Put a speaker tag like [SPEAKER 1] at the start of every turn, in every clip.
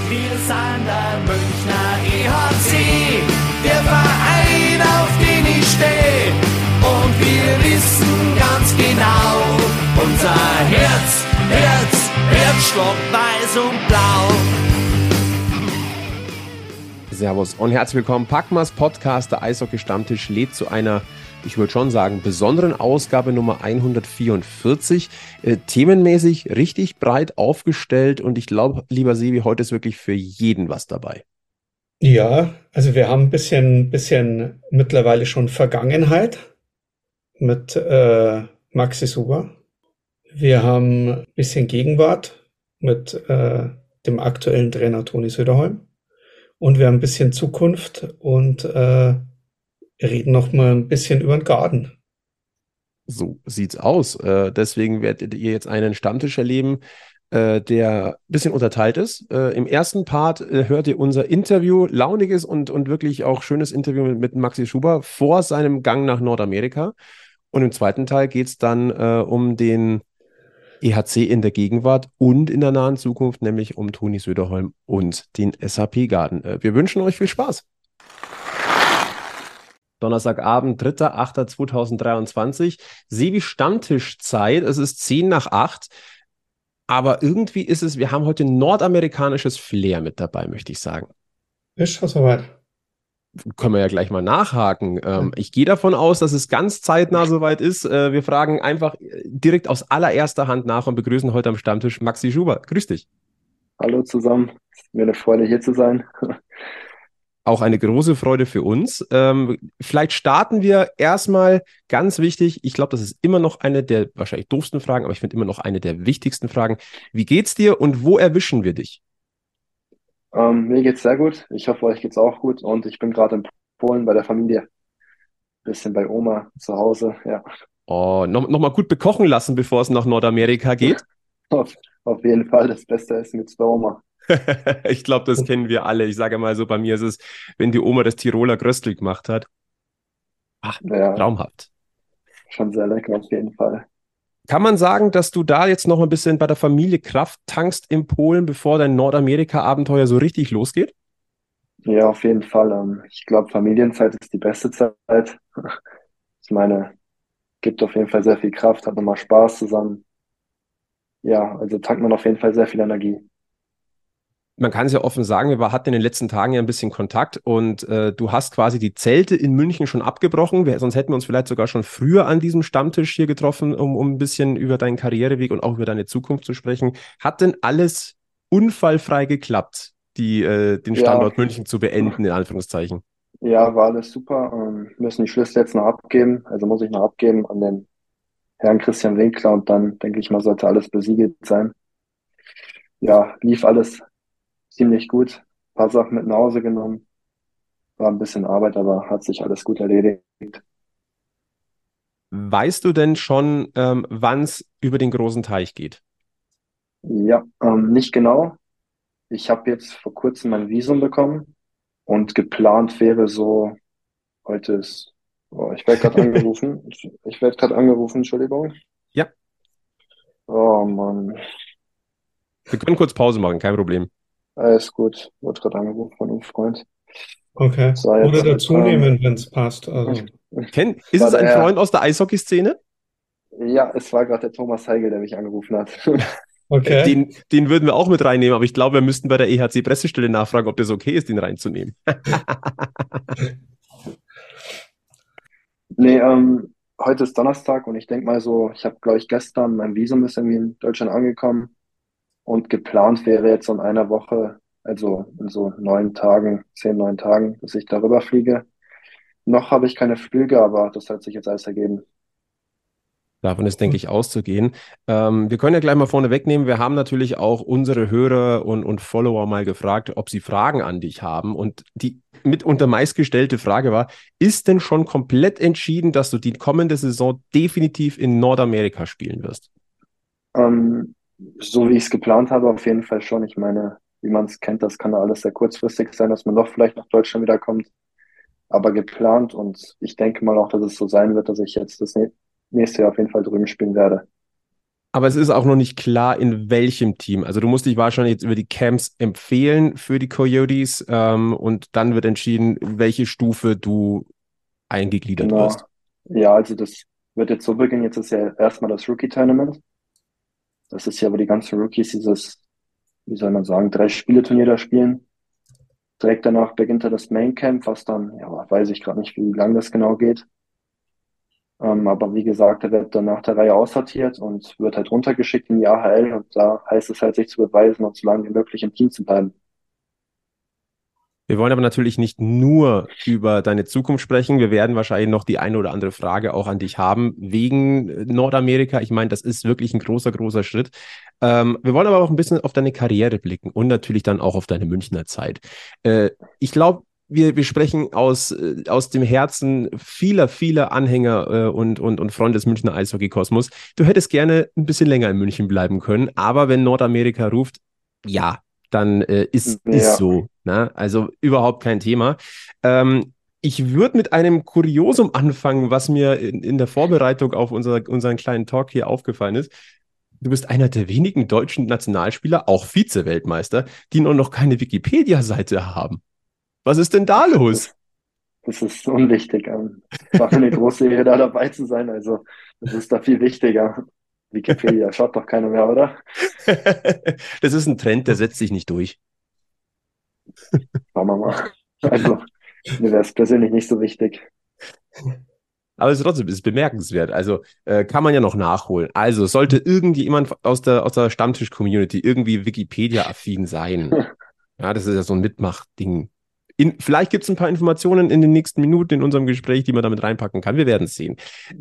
[SPEAKER 1] Wir sind der Münchner EHC, der Verein, auf den ich stehe. Und wir wissen ganz genau, unser Herzschlag weiß und blau.
[SPEAKER 2] Servus und herzlich willkommen. Packmas Podcast, der Eishockey-Stammtisch, lädt zu einer, ich würde schon sagen, besonderen Ausgabe Nummer 144. Themenmäßig richtig breit aufgestellt und ich glaube, lieber Sebi, heute ist wirklich für jeden was dabei.
[SPEAKER 3] Ja, also wir haben ein bisschen mittlerweile schon Vergangenheit mit Maxi Suber. Wir haben ein bisschen Gegenwart mit dem aktuellen Trainer Toni Söderholm. Und wir haben ein bisschen Zukunft und reden noch mal ein bisschen über den Garten.
[SPEAKER 2] So sieht's aus. Deswegen werdet ihr jetzt einen Stammtisch erleben, der ein bisschen unterteilt ist. Im ersten Part hört ihr unser Interview, launiges und wirklich auch schönes Interview mit Maxi Schuber vor seinem Gang nach Nordamerika. Und im zweiten Teil geht's dann um den EHC in der Gegenwart und in der nahen Zukunft, nämlich um Toni Söderholm und den SAP-Garten. Wir wünschen euch viel Spaß. Donnerstagabend, 3.8.2023. Sebi Stammtischzeit, es ist 7:50. Aber irgendwie ist es, wir haben heute nordamerikanisches Flair mit dabei, möchte ich sagen.
[SPEAKER 3] Ist schon soweit.
[SPEAKER 2] Können wir ja gleich mal nachhaken. Ich gehe davon aus, dass es ganz zeitnah soweit ist. Wir fragen einfach direkt aus allererster Hand nach und begrüßen heute am Stammtisch Maxi Schuber. Grüß dich.
[SPEAKER 4] Hallo zusammen, es ist mir eine Freude hier zu sein.
[SPEAKER 2] Auch eine große Freude für uns. Vielleicht starten wir erstmal ganz wichtig. Ich glaube, das ist immer noch eine der wahrscheinlich doofsten Fragen, aber ich finde immer noch eine der wichtigsten Fragen. Wie geht's dir und wo erwischen wir dich?
[SPEAKER 4] Mir geht's sehr gut, ich hoffe, euch geht's auch gut und ich bin gerade in Polen bei der Familie, bisschen bei Oma zu Hause, ja.
[SPEAKER 2] Oh, noch mal gut bekochen lassen, bevor es nach Nordamerika geht.
[SPEAKER 4] Auf jeden Fall, das beste Essen gibt's bei Oma.
[SPEAKER 2] Ich glaube, das kennen wir alle. Ich sage mal so, bei mir ist es, wenn die Oma das Tiroler Gröstel gemacht hat. Ach,
[SPEAKER 4] Ja,
[SPEAKER 2] traumhaft.
[SPEAKER 4] schon sehr lecker auf jeden Fall.
[SPEAKER 2] Kann man sagen, dass du da jetzt noch ein bisschen bei der Familie Kraft tankst in Polen, bevor dein Nordamerika-Abenteuer so richtig losgeht?
[SPEAKER 4] Ja, auf jeden Fall. Ich glaube, Familienzeit ist die beste Zeit. Ich meine, gibt auf jeden Fall sehr viel Kraft, hat nochmal Spaß zusammen. Ja, also tankt man auf jeden Fall sehr viel Energie.
[SPEAKER 2] Man kann es ja offen sagen, wir hatten in den letzten Tagen ja ein bisschen Kontakt und du hast quasi die Zelte in München schon abgebrochen. Sonst hätten wir uns vielleicht sogar schon früher an diesem Stammtisch hier getroffen, um ein bisschen über deinen Karriereweg und auch über deine Zukunft zu sprechen. Hat denn alles unfallfrei geklappt, den Standort
[SPEAKER 4] Ja,
[SPEAKER 2] München zu beenden, in Anführungszeichen?
[SPEAKER 4] ja, war alles super. Müssen die Schlüssel jetzt noch abgeben, also muss ich noch abgeben an den Herrn Christian Winkler und dann denke ich mal, sollte alles besiegelt sein. Ja, lief alles ziemlich gut. Ein paar Sachen mit nach Hause genommen. War ein bisschen Arbeit, aber hat sich alles gut erledigt.
[SPEAKER 2] Weißt du denn schon, wann es über den großen Teich geht?
[SPEAKER 4] Ja, nicht genau. Ich habe jetzt vor kurzem mein Visum bekommen und geplant wäre so, heute ist, oh, ich werde gerade angerufen. Ich werde gerade angerufen, Entschuldigung.
[SPEAKER 2] Ja,
[SPEAKER 4] Oh Mann,
[SPEAKER 2] wir können kurz Pause machen, kein Problem.
[SPEAKER 4] alles gut. Wurde gerade angerufen von einem Freund.
[SPEAKER 3] Okay.
[SPEAKER 4] So,
[SPEAKER 3] Oder
[SPEAKER 4] jetzt,
[SPEAKER 3] dazu nehmen, wenn es passt. Also,
[SPEAKER 2] Ist
[SPEAKER 4] war
[SPEAKER 2] es
[SPEAKER 4] der
[SPEAKER 2] ein
[SPEAKER 4] Herr.
[SPEAKER 2] Freund aus der Eishockey-Szene?
[SPEAKER 4] Ja, es war gerade der Thomas Heigl, der mich angerufen hat.
[SPEAKER 3] okay.
[SPEAKER 2] Den würden wir auch mit reinnehmen, aber ich glaube, wir müssten bei der EHC-Pressestelle nachfragen, ob das okay ist, den reinzunehmen.
[SPEAKER 4] Nee, heute ist Donnerstag und ich denke mal so, ich habe, glaube ich, gestern, mein Visum ist irgendwie in Deutschland angekommen und geplant wäre jetzt so in einer Woche, also in so 9 Tagen, 10, 9 Tagen, dass ich darüber fliege. Noch habe ich keine Flüge, aber das hat sich jetzt alles ergeben.
[SPEAKER 2] Davon ist, denke ich, auszugehen. Wir können ja gleich mal vorne wegnehmen. Wir haben natürlich auch unsere Hörer und Follower mal gefragt, ob sie Fragen an dich haben. Und die mitunter meistgestellte Frage war, ist denn schon komplett entschieden, dass du die kommende Saison definitiv in Nordamerika spielen wirst?
[SPEAKER 4] Ähm, so wie ich es geplant habe, auf jeden Fall schon. Ich meine, wie man es kennt, das kann ja alles sehr kurzfristig sein, dass man doch vielleicht nach Deutschland wiederkommt. Aber geplant und ich denke mal auch, dass es so sein wird, dass ich jetzt das nächste Jahr auf jeden Fall drüben spielen werde.
[SPEAKER 2] Aber es ist auch noch nicht klar, in welchem Team. Also du musst dich wahrscheinlich jetzt über die Camps empfehlen für die Coyotes und dann wird entschieden, in welche Stufe du eingegliedert
[SPEAKER 4] Genau.
[SPEAKER 2] wirst.
[SPEAKER 4] Ja, also das wird jetzt so beginnen. Jetzt ist ja erstmal das Rookie-Tournament. Das ist ja, wo die ganzen Rookies dieses, wie soll man sagen, 3-Spiele-Turnier da spielen. Direkt danach beginnt ja das Main Camp, was dann, ja, weiß ich gerade nicht, wie lang das genau geht. Aber wie gesagt, er wird dann nach der Reihe aussortiert und wird halt runtergeschickt in die AHL und da heißt es halt, sich zu beweisen und so lange wie möglich im Team zu bleiben.
[SPEAKER 2] Wir wollen aber natürlich nicht nur über deine Zukunft sprechen. Wir werden wahrscheinlich noch die eine oder andere Frage auch an dich haben wegen Nordamerika. Ich meine, das ist wirklich ein großer, großer Schritt. Wir wollen aber auch ein bisschen auf deine Karriere blicken und natürlich dann auch auf deine Münchner Zeit. Ich glaube, wir sprechen aus dem Herzen vieler Anhänger und Freunde des Münchner Eishockey-Kosmos. Du hättest gerne ein bisschen länger in München bleiben können, aber wenn Nordamerika ruft, ja, dann ist
[SPEAKER 4] Ja,
[SPEAKER 2] so. Ne? Also überhaupt kein Thema. Ich würde mit einem Kuriosum anfangen, was mir in der Vorbereitung auf unseren kleinen Talk hier aufgefallen ist. Du bist einer der wenigen deutschen Nationalspieler, auch Vize-Weltmeister, die noch keine Wikipedia-Seite haben. Was ist denn da los?
[SPEAKER 4] das, das ist unwichtig. Es war mir eine große Ehre, da dabei zu sein. Also, das ist da viel wichtiger. Wikipedia schaut doch keiner mehr, oder?
[SPEAKER 2] Das ist ein Trend, der setzt sich nicht durch.
[SPEAKER 4] Schauen wir mal. Also, mir wäre es persönlich nicht so wichtig.
[SPEAKER 2] Aber es ist bemerkenswert. Also kann man ja noch nachholen. Also sollte irgendjemand aus der Stammtisch-Community irgendwie Wikipedia-affin sein. Ja, das ist ja so ein Mitmachding. Vielleicht gibt es ein paar Informationen in den nächsten Minuten in unserem Gespräch, die man damit reinpacken kann. Wir werden es sehen.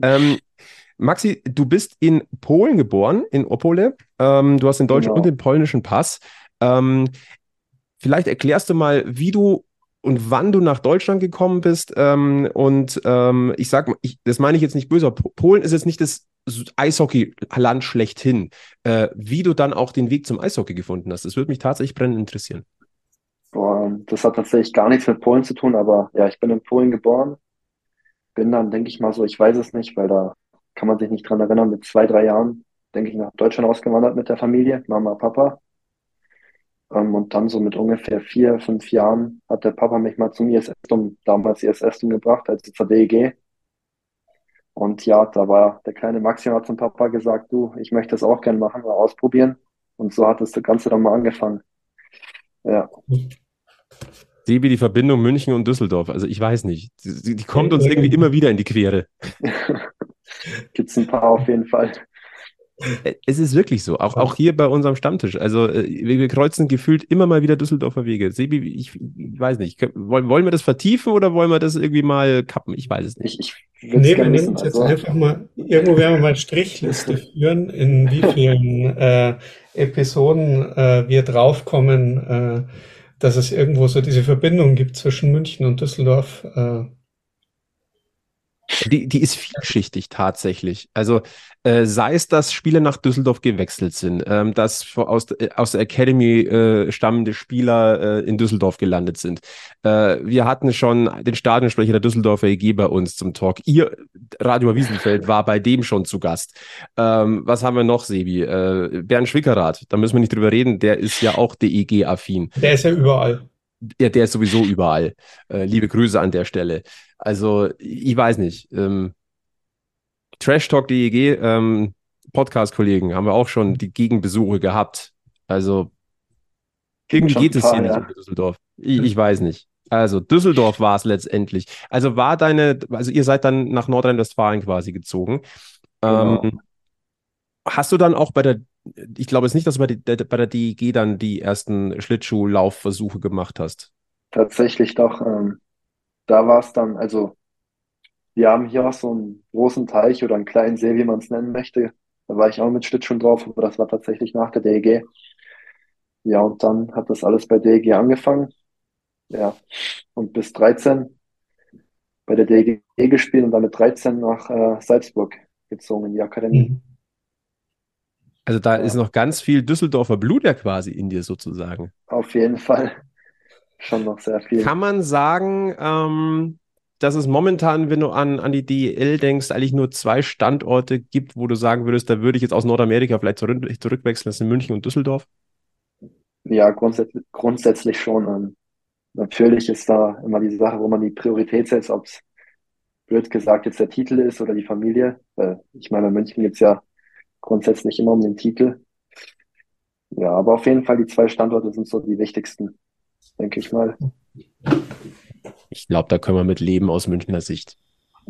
[SPEAKER 2] Maxi, du bist in Polen geboren, in Opole. Du hast den deutschen und
[SPEAKER 4] Genau.
[SPEAKER 2] den polnischen Pass. Vielleicht erklärst du mal, wie du und wann du nach Deutschland gekommen bist. Ich sag mal, das meine ich jetzt nicht böse, aber Polen ist jetzt nicht das Eishockey-Land schlechthin. Wie du dann auch den Weg zum Eishockey gefunden hast, das würde mich tatsächlich brennend interessieren.
[SPEAKER 4] Boah, das hat tatsächlich gar nichts mit Polen zu tun, aber ja, ich bin in Polen geboren. Bin dann, denke ich mal so, ich weiß es nicht, weil da kann man sich nicht dran erinnern, mit 2, 3 Jahren, denke ich, nach Deutschland ausgewandert mit der Familie, Mama, Papa. Und dann so mit ungefähr 4, 5 Jahren hat der Papa mich mal zum ISS-Dom, damals ISS-Dom gebracht, also zur DEG. Und ja, da war der kleine Maxi und hat zum Papa gesagt, du, ich möchte das auch gerne machen, mal ausprobieren. Und so hat das Ganze dann mal angefangen. Ja,
[SPEAKER 2] Sebi, die Verbindung München und Düsseldorf, also ich weiß nicht, die kommt uns irgendwie immer wieder in die Quere.
[SPEAKER 4] gibt's ein paar auf jeden Fall.
[SPEAKER 2] Es ist wirklich so, auch hier bei unserem Stammtisch. Also wir kreuzen gefühlt immer mal wieder Düsseldorfer Wege. Sebi, ich weiß nicht, wollen wir das vertiefen oder wollen wir das irgendwie mal kappen? Ich weiß es nicht.
[SPEAKER 4] Ich würde es
[SPEAKER 3] Nee, wir
[SPEAKER 4] gerne
[SPEAKER 3] nehmen
[SPEAKER 4] wissen.
[SPEAKER 3] uns jetzt
[SPEAKER 4] Also,
[SPEAKER 3] einfach mal, irgendwo werden wir mal Strichliste führen, in wie vielen Episoden wir draufkommen, dass es irgendwo so diese Verbindung gibt zwischen München und Düsseldorf.
[SPEAKER 2] Die ist vielschichtig tatsächlich. Also sei es, dass Spieler nach Düsseldorf gewechselt sind, dass aus der Academy stammende Spieler in Düsseldorf gelandet sind. Wir hatten schon den Stadionsprecher der Düsseldorfer EG bei uns zum Talk. Ihr Radio Wiesenfeld war bei dem schon zu Gast. Was haben wir noch, Sebi? Bernd Schwickerath, da müssen wir nicht drüber reden, der ist ja auch DEG-affin.
[SPEAKER 3] Der ist ja überall.
[SPEAKER 2] Ja, der ist sowieso überall. Liebe Grüße an der Stelle. Also, ich weiß nicht. Trash Talk DEG, Podcast-Kollegen, haben wir auch schon die Gegenbesuche gehabt. Also, irgendwie
[SPEAKER 4] schon ein
[SPEAKER 2] geht es hier
[SPEAKER 4] paar,
[SPEAKER 2] nicht
[SPEAKER 4] ja.
[SPEAKER 2] über Düsseldorf. Ich weiß nicht. Also, Düsseldorf war es letztendlich. Also, also ihr seid dann nach Nordrhein-Westfalen quasi gezogen.
[SPEAKER 4] Genau.
[SPEAKER 2] Ähm, Hast du dann auch ich glaube jetzt nicht, dass du bei der DEG dann die ersten Schlittschuhlaufversuche gemacht hast.
[SPEAKER 4] Tatsächlich doch. Da war es dann, also wir haben hier auch so einen großen Teich oder einen kleinen See, wie man es nennen möchte. Da war ich auch mit Schlittschuhen drauf, aber das war tatsächlich nach der DEG. Ja, und dann hat das alles bei DEG angefangen. Ja, und bis 13 bei der DEG gespielt und dann mit 13 nach Salzburg gezogen in die Akademie.
[SPEAKER 3] Mhm.
[SPEAKER 2] Also da ist
[SPEAKER 4] Ja,
[SPEAKER 2] noch ganz viel Düsseldorfer Blut ja quasi in dir sozusagen.
[SPEAKER 4] auf jeden Fall schon noch sehr viel.
[SPEAKER 2] Kann man sagen, dass es momentan, wenn du an die DEL denkst, eigentlich nur 2 Standorte gibt, wo du sagen würdest, da würde ich jetzt aus Nordamerika vielleicht zurückwechseln, das sind München und Düsseldorf?
[SPEAKER 4] Ja, grundsätzlich schon. Natürlich ist da immer die Sache, wo man die Priorität setzt, ob es blöd gesagt jetzt der Titel ist oder die Familie. Weil ich meine, in München geht's ja grundsätzlich immer um den Titel. Ja, aber auf jeden Fall die 2 Standorte sind so die wichtigsten, denke ich mal.
[SPEAKER 2] Ich glaube, da können wir mit leben aus Münchner Sicht.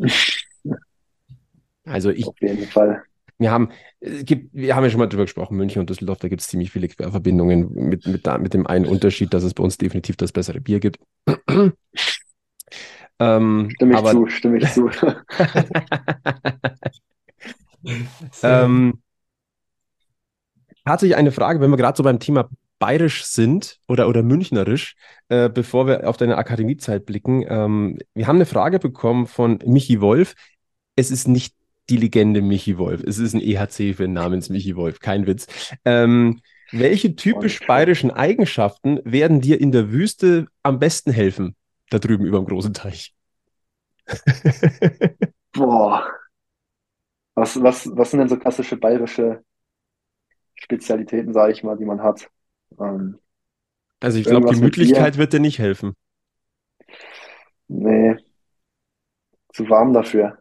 [SPEAKER 2] Also
[SPEAKER 4] Auf jeden Fall.
[SPEAKER 2] wir haben ja schon mal drüber gesprochen, München und Düsseldorf, da gibt es ziemlich viele Querverbindungen mit dem einen Unterschied, dass es bei uns definitiv das bessere Bier gibt.
[SPEAKER 4] Stimme ich zu.
[SPEAKER 2] Tatsächlich eine Frage, wenn wir gerade so beim Thema bayerisch sind oder münchnerisch, bevor wir auf deine Akademiezeit blicken. Wir haben eine Frage bekommen von Michi Wolf. Es ist nicht die Legende Michi Wolf, es ist ein EHC-Fan namens Michi Wolf, kein Witz. Welche typisch bayerischen Eigenschaften werden dir in der Wüste am besten helfen, da drüben über dem großen Teich?
[SPEAKER 4] Boah, was sind denn so klassische bayerische Spezialitäten, sage ich mal, die man hat? Ähm,
[SPEAKER 2] Also ich glaube,
[SPEAKER 4] Irgendwas mit Bier?
[SPEAKER 2] Gemütlichkeit wird dir nicht helfen.
[SPEAKER 4] Nee, zu warm dafür.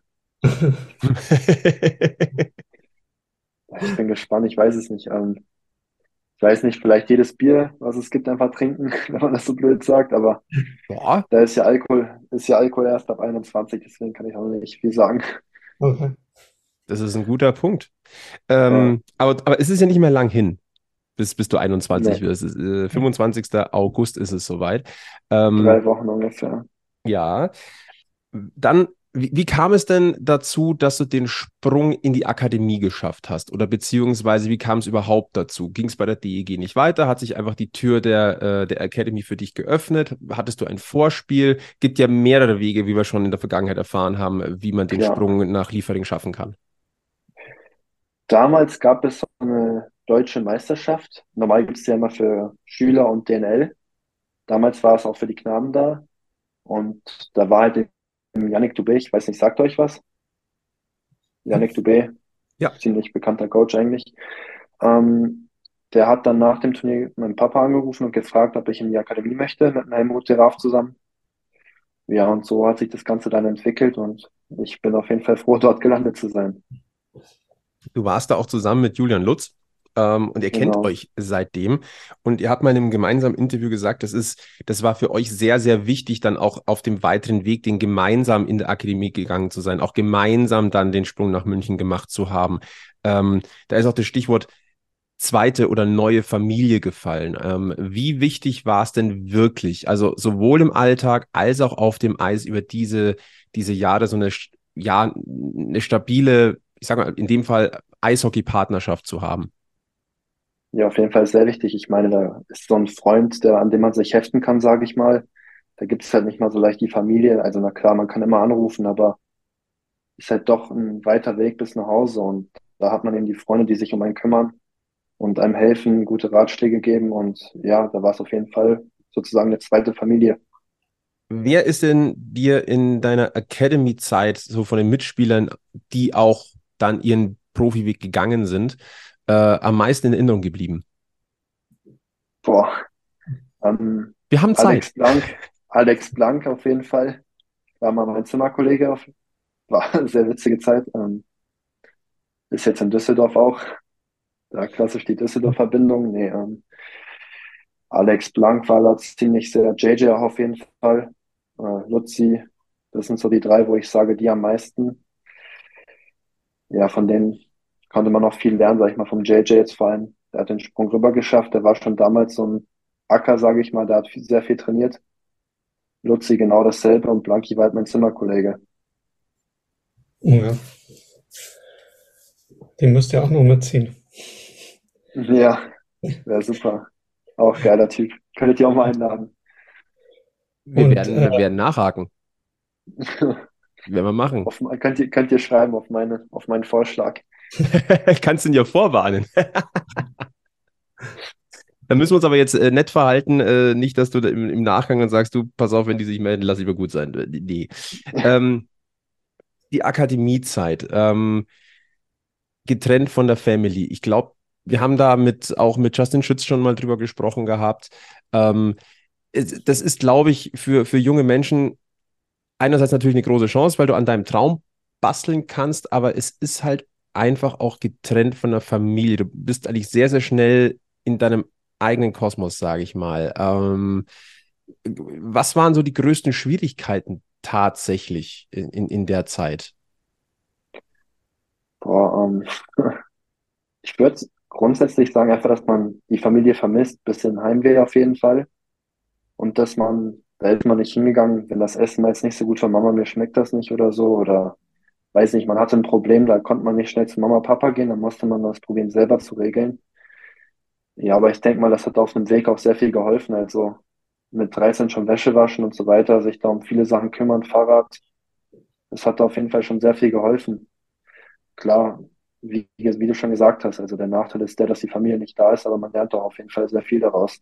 [SPEAKER 4] Ich bin gespannt, ich weiß es nicht. Ich weiß nicht, vielleicht jedes Bier, was es gibt, einfach trinken, wenn man das so blöd sagt, aber
[SPEAKER 2] Boah,
[SPEAKER 4] da ist ja Alkohol erst ab 21, deswegen kann ich auch nicht viel sagen.
[SPEAKER 3] Okay.
[SPEAKER 2] das ist ein guter Punkt.
[SPEAKER 4] Ja,
[SPEAKER 2] Aber es ist ja nicht mehr lang hin, bis du 21
[SPEAKER 4] nee,
[SPEAKER 2] wirst. 25. August ist es soweit.
[SPEAKER 4] 3 Wochen ungefähr.
[SPEAKER 2] Ja, dann, wie kam es denn dazu, dass du den Sprung in die Akademie geschafft hast? Oder beziehungsweise, wie kam es überhaupt dazu? Ging es bei der DEG nicht weiter? Hat sich einfach die Tür der Academy für dich geöffnet? Hattest du ein Vorspiel? Gibt ja mehrere Wege, wie wir schon in der Vergangenheit erfahren haben, wie man den
[SPEAKER 4] Klar.
[SPEAKER 2] Sprung nach Liefering schaffen kann.
[SPEAKER 4] Damals gab es so eine deutsche Meisterschaft. Normal gibt es ja immer für Schüler und DNL. Damals war es auch für die Knaben da. Und da war halt Yannick Dubé, ich weiß nicht, sagt euch was? Yannick Dubé,
[SPEAKER 2] Ja.
[SPEAKER 4] ziemlich bekannter Coach eigentlich. Ähm, Der hat dann nach dem Turnier meinen Papa angerufen und gefragt, ob ich in die Akademie möchte, mit Helmut Teraf zusammen. Ja, und so hat sich das Ganze dann entwickelt und ich bin auf jeden Fall froh, dort gelandet zu sein.
[SPEAKER 2] Du warst da auch zusammen mit Julian Lutz und ihr kennt
[SPEAKER 4] Genau.
[SPEAKER 2] euch seitdem. Und ihr habt mal in einem gemeinsamen Interview gesagt, das war für euch sehr, sehr wichtig, dann auch auf dem weiteren Weg, den gemeinsam in der Akademie gegangen zu sein, auch gemeinsam dann den Sprung nach München gemacht zu haben. Da ist auch das Stichwort zweite oder neue Familie gefallen. Wie wichtig war es denn wirklich, also sowohl im Alltag als auch auf dem Eis über diese Jahre so eine stabile, ich sag mal, in dem Fall Eishockey-Partnerschaft zu haben?
[SPEAKER 4] Ja, auf jeden Fall sehr wichtig. Ich meine, da ist so ein Freund, an dem man sich heften kann, sage ich mal. Da gibt es halt nicht mal so leicht die Familie. Also na klar, man kann immer anrufen, aber ist halt doch ein weiter Weg bis nach Hause. Und da hat man eben die Freunde, die sich um einen kümmern und einem helfen, gute Ratschläge geben. Und ja, da war es auf jeden Fall sozusagen eine zweite Familie.
[SPEAKER 2] Wer ist denn dir in deiner Academy-Zeit so von den Mitspielern, die auch dann ihren Profiweg gegangen sind, am meisten in Erinnerung geblieben?
[SPEAKER 4] Boah, ähm,
[SPEAKER 2] Wir haben Zeit.
[SPEAKER 4] Alex Blank auf jeden Fall. War mal mein Zimmerkollege. War eine sehr witzige Zeit. Ist jetzt in Düsseldorf auch. Da klassisch die Düsseldorf-Verbindung. Nee, Alex Blank war da ziemlich sehr. JJ auch auf jeden Fall. Luzi, das sind so die 3, wo ich sage, die am meisten. Ja, von denen konnte man noch viel lernen, sag ich mal, vom JJ jetzt vor allem. Der hat den Sprung rüber geschafft. Der war schon damals so ein Acker, sage ich mal. Der hat sehr viel trainiert. Luzi genau dasselbe und Blanki war halt mein Zimmerkollege.
[SPEAKER 3] Ja. Den müsst ihr auch noch mitziehen.
[SPEAKER 4] Ja, wäre super. Auch geiler Typ. Könntet ihr auch mal einladen.
[SPEAKER 2] Wir
[SPEAKER 3] Und
[SPEAKER 2] werden nachhaken. Werden wir machen.
[SPEAKER 4] Könnt ihr schreiben auf meinen Vorschlag.
[SPEAKER 2] Kannst du ihn ja vorwarnen. Da müssen wir uns aber jetzt nett verhalten, nicht, dass du da im Nachgang dann sagst, du, pass auf, wenn die sich melden, lass lieber gut sein. Nee. Die Akademiezeit, getrennt von der Family. Ich glaube, wir haben da auch mit Justin Schütz schon mal drüber gesprochen gehabt. Das ist, glaube ich, für junge Menschen einerseits natürlich eine große Chance, weil du an deinem Traum basteln kannst, aber es ist halt einfach auch getrennt von der Familie. Du bist eigentlich sehr, sehr schnell in deinem eigenen Kosmos, sage ich mal. Was waren so die größten Schwierigkeiten tatsächlich in der Zeit?
[SPEAKER 4] Boah, ich würde grundsätzlich sagen, einfach, dass man die Familie vermisst, bisschen Heimweh auf jeden Fall. Und da ist man nicht hingegangen, wenn das Essen mal jetzt nicht so gut war, Mama, mir schmeckt das nicht oder so, oder weiß nicht, man hatte ein Problem, da konnte man nicht schnell zu Mama, Papa gehen, dann musste man das Problem selber zu regeln. Ja, aber ich denke mal, das hat auf dem Weg auch sehr viel geholfen. Also mit 13 schon Wäsche waschen und so weiter, sich da um viele Sachen kümmern, Fahrrad, das hat auf jeden Fall schon sehr viel geholfen. Klar, wie du schon gesagt hast, also der Nachteil ist der, dass die Familie nicht da ist, aber man lernt doch auf jeden Fall sehr viel daraus.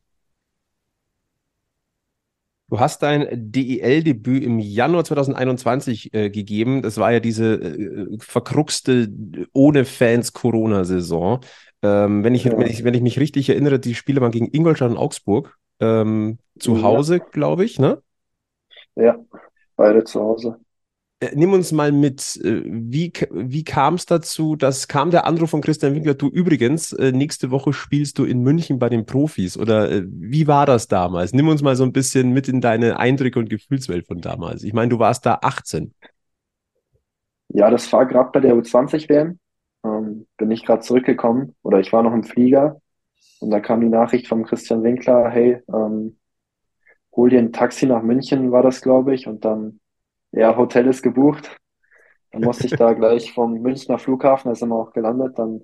[SPEAKER 2] Du hast dein DEL-Debüt im Januar 2021 gegeben. Das war ja diese verkruxte ohne Fans Corona-Saison.
[SPEAKER 4] Ja,
[SPEAKER 2] Wenn ich mich richtig erinnere, die Spiele waren gegen Ingolstadt und Augsburg. Zu
[SPEAKER 4] ja,
[SPEAKER 2] Hause, glaube ich, ne?
[SPEAKER 4] ja, beide zu Hause.
[SPEAKER 2] Nimm uns mal mit, wie kam es dazu, kam der Anruf von Christian Winkler, du übrigens, nächste Woche spielst du in München bei den Profis oder wie war das damals? Nimm uns mal so ein bisschen mit in deine Eindrücke und Gefühlswelt von damals. Ich meine, du warst da 18.
[SPEAKER 4] Ja, das war gerade bei der U20-WM. Bin ich gerade zurückgekommen oder ich war noch im Flieger und da kam die Nachricht vom Christian Winkler, hey, hol dir ein Taxi nach München, war das, glaube ich, und dann, ja, Hotel ist gebucht. Dann musste ich da gleich vom Münchner Flughafen, da sind wir auch gelandet, dann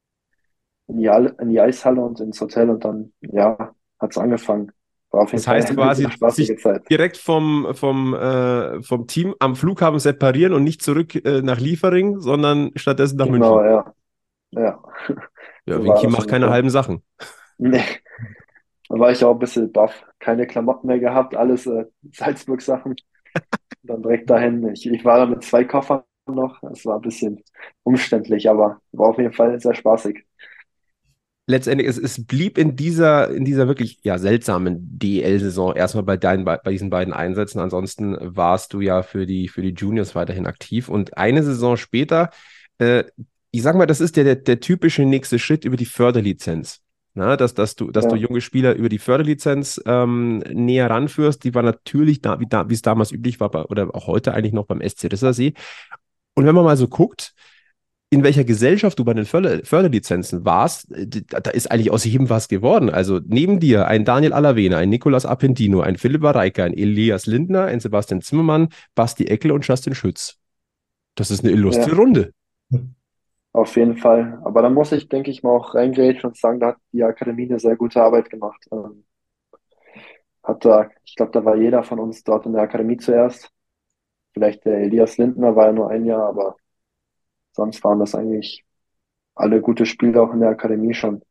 [SPEAKER 4] in die Eishalle und ins Hotel und dann, ja, hat's angefangen. War auf jeden
[SPEAKER 2] Das
[SPEAKER 4] Fall
[SPEAKER 2] heißt
[SPEAKER 4] eine sehr
[SPEAKER 2] quasi, sich
[SPEAKER 4] spaßige Zeit.
[SPEAKER 2] direkt vom Team am Flughafen separieren und nicht zurück nach Liefering, sondern stattdessen nach
[SPEAKER 4] Genau,
[SPEAKER 2] München.
[SPEAKER 4] ja, ja,
[SPEAKER 2] Ja,
[SPEAKER 4] so war
[SPEAKER 2] Winky
[SPEAKER 4] das
[SPEAKER 2] macht keine
[SPEAKER 4] ungefähr.
[SPEAKER 2] halben Sachen.
[SPEAKER 4] Nee, da war ich auch ein bisschen baff. Keine Klamotten mehr gehabt, alles Salzburg-Sachen. Dann direkt dahin. Ich war da mit zwei Koffern noch. Es war ein bisschen umständlich, aber war auf jeden Fall sehr spaßig.
[SPEAKER 2] Letztendlich, es blieb in dieser wirklich ja, seltsamen DEL-Saison erstmal bei diesen beiden Einsätzen. Ansonsten warst du ja für die Juniors weiterhin aktiv. Und eine Saison später, äh, ich sag mal, das ist der typische nächste Schritt über die Förderlizenz. Na, dass du
[SPEAKER 4] Ja,
[SPEAKER 2] junge Spieler über die Förderlizenz näher ranführst, die war natürlich wie es damals üblich war, oder auch heute eigentlich noch beim SC Rissersee. Und wenn man mal so guckt, in welcher Gesellschaft du bei den Förderlizenzen warst, da ist eigentlich aus jedem was geworden. Also neben dir ein Daniel Alavena, ein Nicolas Appendino, ein Philipp Reika, ein Elias Lindner, ein Sebastian Zimmermann, Basti Eckel und Justin Schütz. Das ist eine illustre
[SPEAKER 4] ja,
[SPEAKER 2] Runde.
[SPEAKER 4] auf jeden Fall. Aber da muss ich, denke ich mal, auch reingrätschen und sagen, da hat die Akademie eine sehr gute Arbeit gemacht. Ich glaube, da war jeder von uns dort in der Akademie zuerst. Vielleicht der Elias Lindner war ja nur ein Jahr, aber sonst waren das eigentlich alle gute Spieler auch in der Akademie schon.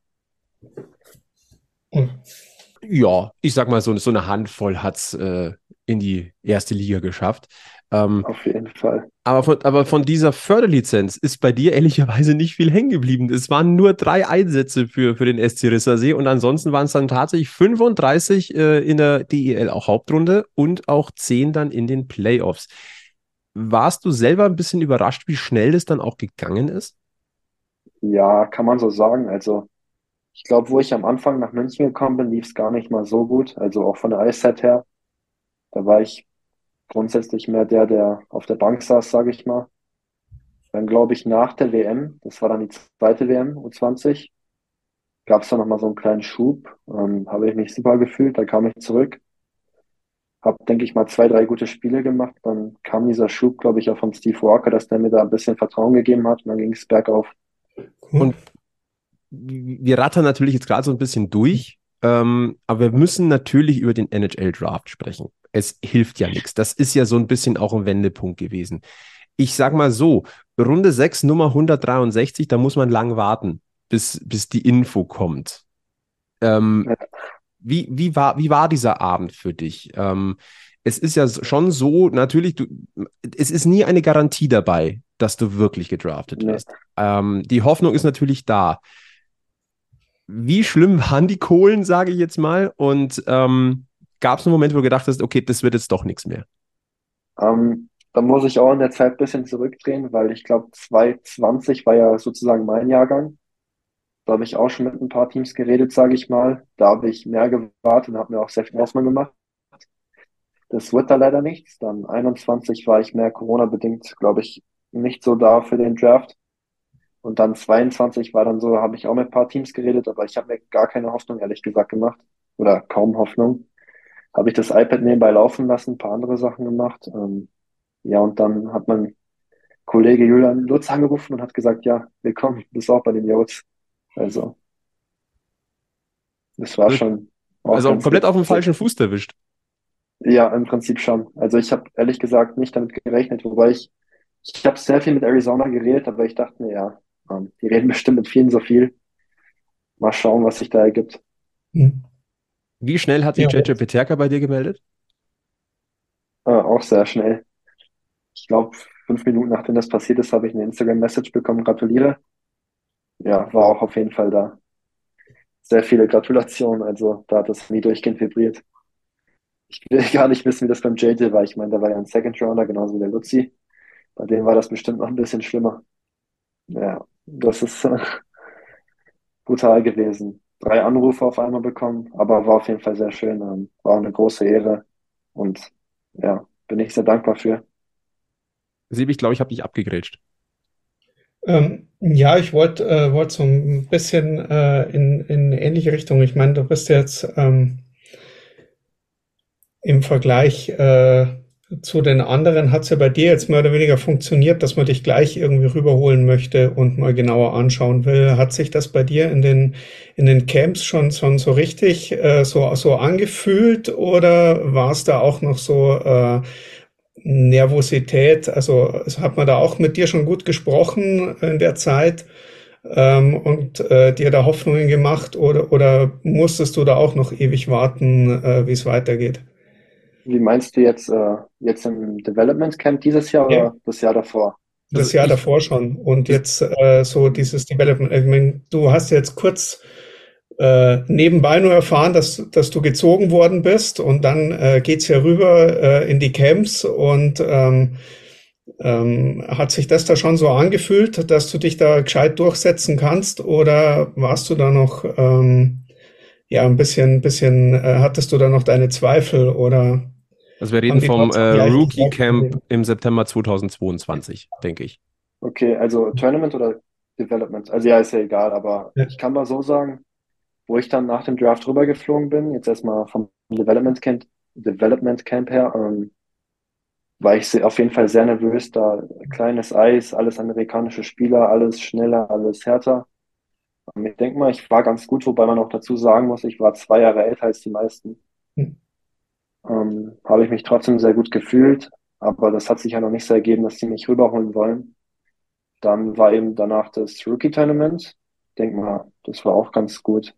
[SPEAKER 3] Und
[SPEAKER 2] Ja, ich sag mal, so eine Handvoll hat's in die erste Liga geschafft. Ähm,
[SPEAKER 4] Auf jeden Fall.
[SPEAKER 2] aber von dieser Förderlizenz ist bei dir ehrlicherweise nicht viel hängen geblieben. Es waren nur 3 Einsätze für den SC Rissersee und ansonsten waren es dann tatsächlich 35 in der DEL auch Hauptrunde und auch 10 dann in den Playoffs. Warst du selber ein bisschen überrascht, wie schnell das dann auch gegangen ist?
[SPEAKER 4] Ja, kann man so sagen. Also, ich glaube, wo ich am Anfang nach München gekommen bin, lief es gar nicht mal so gut. Also auch von der Eiszeit her. Da war ich grundsätzlich mehr der auf der Bank saß, sage ich mal. Dann glaube ich nach der WM, das war dann die zweite WM, U20, gab es da nochmal so einen kleinen Schub. Habe ich mich super gefühlt, da kam ich zurück. Habe, denke ich mal, zwei, drei gute Spiele gemacht. Dann kam dieser Schub, glaube ich, auch von Steve Walker, dass der mir da ein bisschen Vertrauen gegeben hat. Und dann ging es bergauf.
[SPEAKER 3] cool.
[SPEAKER 2] Und wir rattern natürlich jetzt gerade so ein bisschen durch, aber wir müssen natürlich über den NHL-Draft sprechen. Es hilft ja nichts. Das ist ja so ein bisschen auch ein Wendepunkt gewesen. Ich sag mal so, Runde 6, Nummer 163, da muss man lang warten, bis die Info kommt. Ähm,
[SPEAKER 4] Ja,
[SPEAKER 2] wie war dieser Abend für dich? Es ist ja schon so, natürlich, es ist nie eine Garantie dabei, dass du wirklich gedraftet
[SPEAKER 4] nee.
[SPEAKER 2] wirst. Die Hoffnung ist natürlich da. Wie schlimm waren die Kohlen, sage ich jetzt mal? Und gab es einen Moment, wo du gedacht hast, okay, das wird jetzt doch nichts mehr?
[SPEAKER 4] Da muss ich auch in der Zeit ein bisschen zurückdrehen, weil ich glaube, 2020 war ja sozusagen mein Jahrgang. Da habe ich auch schon mit ein paar Teams geredet, sage ich mal. Da habe ich mehr gewartet und habe mir auch sehr viel Hoffnung gemacht. Das wird da leider nichts. Dann 21 war ich mehr Corona-bedingt, glaube ich, nicht so da für den Draft. Und dann 22 war dann so, habe ich auch mit ein paar Teams geredet, aber ich habe mir gar keine Hoffnung, ehrlich gesagt, gemacht. Oder kaum Hoffnung. Habe ich das iPad nebenbei laufen lassen, ein paar andere Sachen gemacht. Ja, und dann hat mein Kollege Julian Lutz angerufen und hat gesagt, ja, willkommen, du bist auch bei den Yotes. Also, das war
[SPEAKER 2] Also,
[SPEAKER 4] schon auch
[SPEAKER 2] also
[SPEAKER 4] ganz
[SPEAKER 2] komplett auf dem
[SPEAKER 4] witzig.
[SPEAKER 2] falschen Fuß erwischt.
[SPEAKER 4] Ja, im Prinzip schon. Also ich habe ehrlich gesagt nicht damit gerechnet, wobei ich habe sehr viel mit Arizona geredet, aber ich dachte mir, ja, die reden bestimmt mit vielen so viel. Mal schauen, was sich da ergibt.
[SPEAKER 3] Hm.
[SPEAKER 2] Wie schnell hat sich
[SPEAKER 3] Ja,
[SPEAKER 2] JJ Peterka bei dir gemeldet?
[SPEAKER 4] Auch sehr schnell. Ich glaube, 5 Minuten nachdem das passiert ist, habe ich eine Instagram-Message bekommen, gratuliere. Ja, war auch auf jeden Fall da. Sehr viele Gratulationen, also da hat das nie durchgehend vibriert. Ich will gar nicht wissen, wie das beim JJ war. Ich meine, da war ja ein Second Rounder, genauso wie der Luzi. Bei dem war das bestimmt noch ein bisschen schlimmer. Ja, das ist brutal gewesen. 3 Anrufe auf einmal bekommen, aber war auf jeden Fall sehr schön. War eine große Ehre und ja, bin ich sehr dankbar für.
[SPEAKER 2] Sebi, ich glaube, ich habe dich abgegrätscht.
[SPEAKER 3] ja, ich wollte so ein bisschen in ähnliche Richtung. Ich meine, du bist jetzt im Vergleich zu den anderen, hat es ja bei dir jetzt mehr oder weniger funktioniert, dass man dich gleich irgendwie rüberholen möchte und mal genauer anschauen will. Hat sich das bei dir in den Camps schon so richtig so angefühlt oder war es da auch noch so Nervosität? Also hat man da auch mit dir schon gut gesprochen in der Zeit und dir da Hoffnungen gemacht oder musstest du da auch noch ewig warten, wie es weitergeht?
[SPEAKER 4] Wie meinst du jetzt im Development Camp dieses Jahr
[SPEAKER 3] Ja,
[SPEAKER 4] oder das Jahr davor?
[SPEAKER 2] Also
[SPEAKER 3] das Jahr
[SPEAKER 2] ich,
[SPEAKER 3] davor schon. Und
[SPEAKER 2] das,
[SPEAKER 3] jetzt so dieses Development. Ich mein, du hast jetzt kurz nebenbei nur erfahren, dass du gezogen worden bist und dann geht's ja rüber in die Camps und hat sich das da schon so angefühlt, dass du dich da gescheit durchsetzen kannst oder warst du da noch ja ein bisschen hattest du da noch deine Zweifel oder
[SPEAKER 2] also wir
[SPEAKER 3] haben
[SPEAKER 2] reden
[SPEAKER 3] die
[SPEAKER 2] vom
[SPEAKER 3] trotzdem leicht
[SPEAKER 2] Rookie
[SPEAKER 3] gesagt
[SPEAKER 2] Camp
[SPEAKER 3] gesehen?
[SPEAKER 2] im September 2022, denke ich.
[SPEAKER 4] Okay, also Tournament oder Development? Also ja, ist ja egal, aber
[SPEAKER 3] Ja.
[SPEAKER 4] ich kann mal so sagen, wo ich dann nach dem Draft rübergeflogen bin, jetzt erstmal vom Development Camp her, war ich auf jeden Fall sehr nervös, da kleines Eis, alles amerikanische Spieler, alles schneller, alles härter. Ich denke mal, ich war ganz gut, wobei man auch dazu sagen muss, ich war 2 Jahre älter als die meisten. Habe ich mich trotzdem sehr gut gefühlt, aber das hat sich ja noch nicht so ergeben, dass sie mich rüberholen wollen. Dann war eben danach das Rookie-Tournament. Ich denke mal, das war auch ganz gut.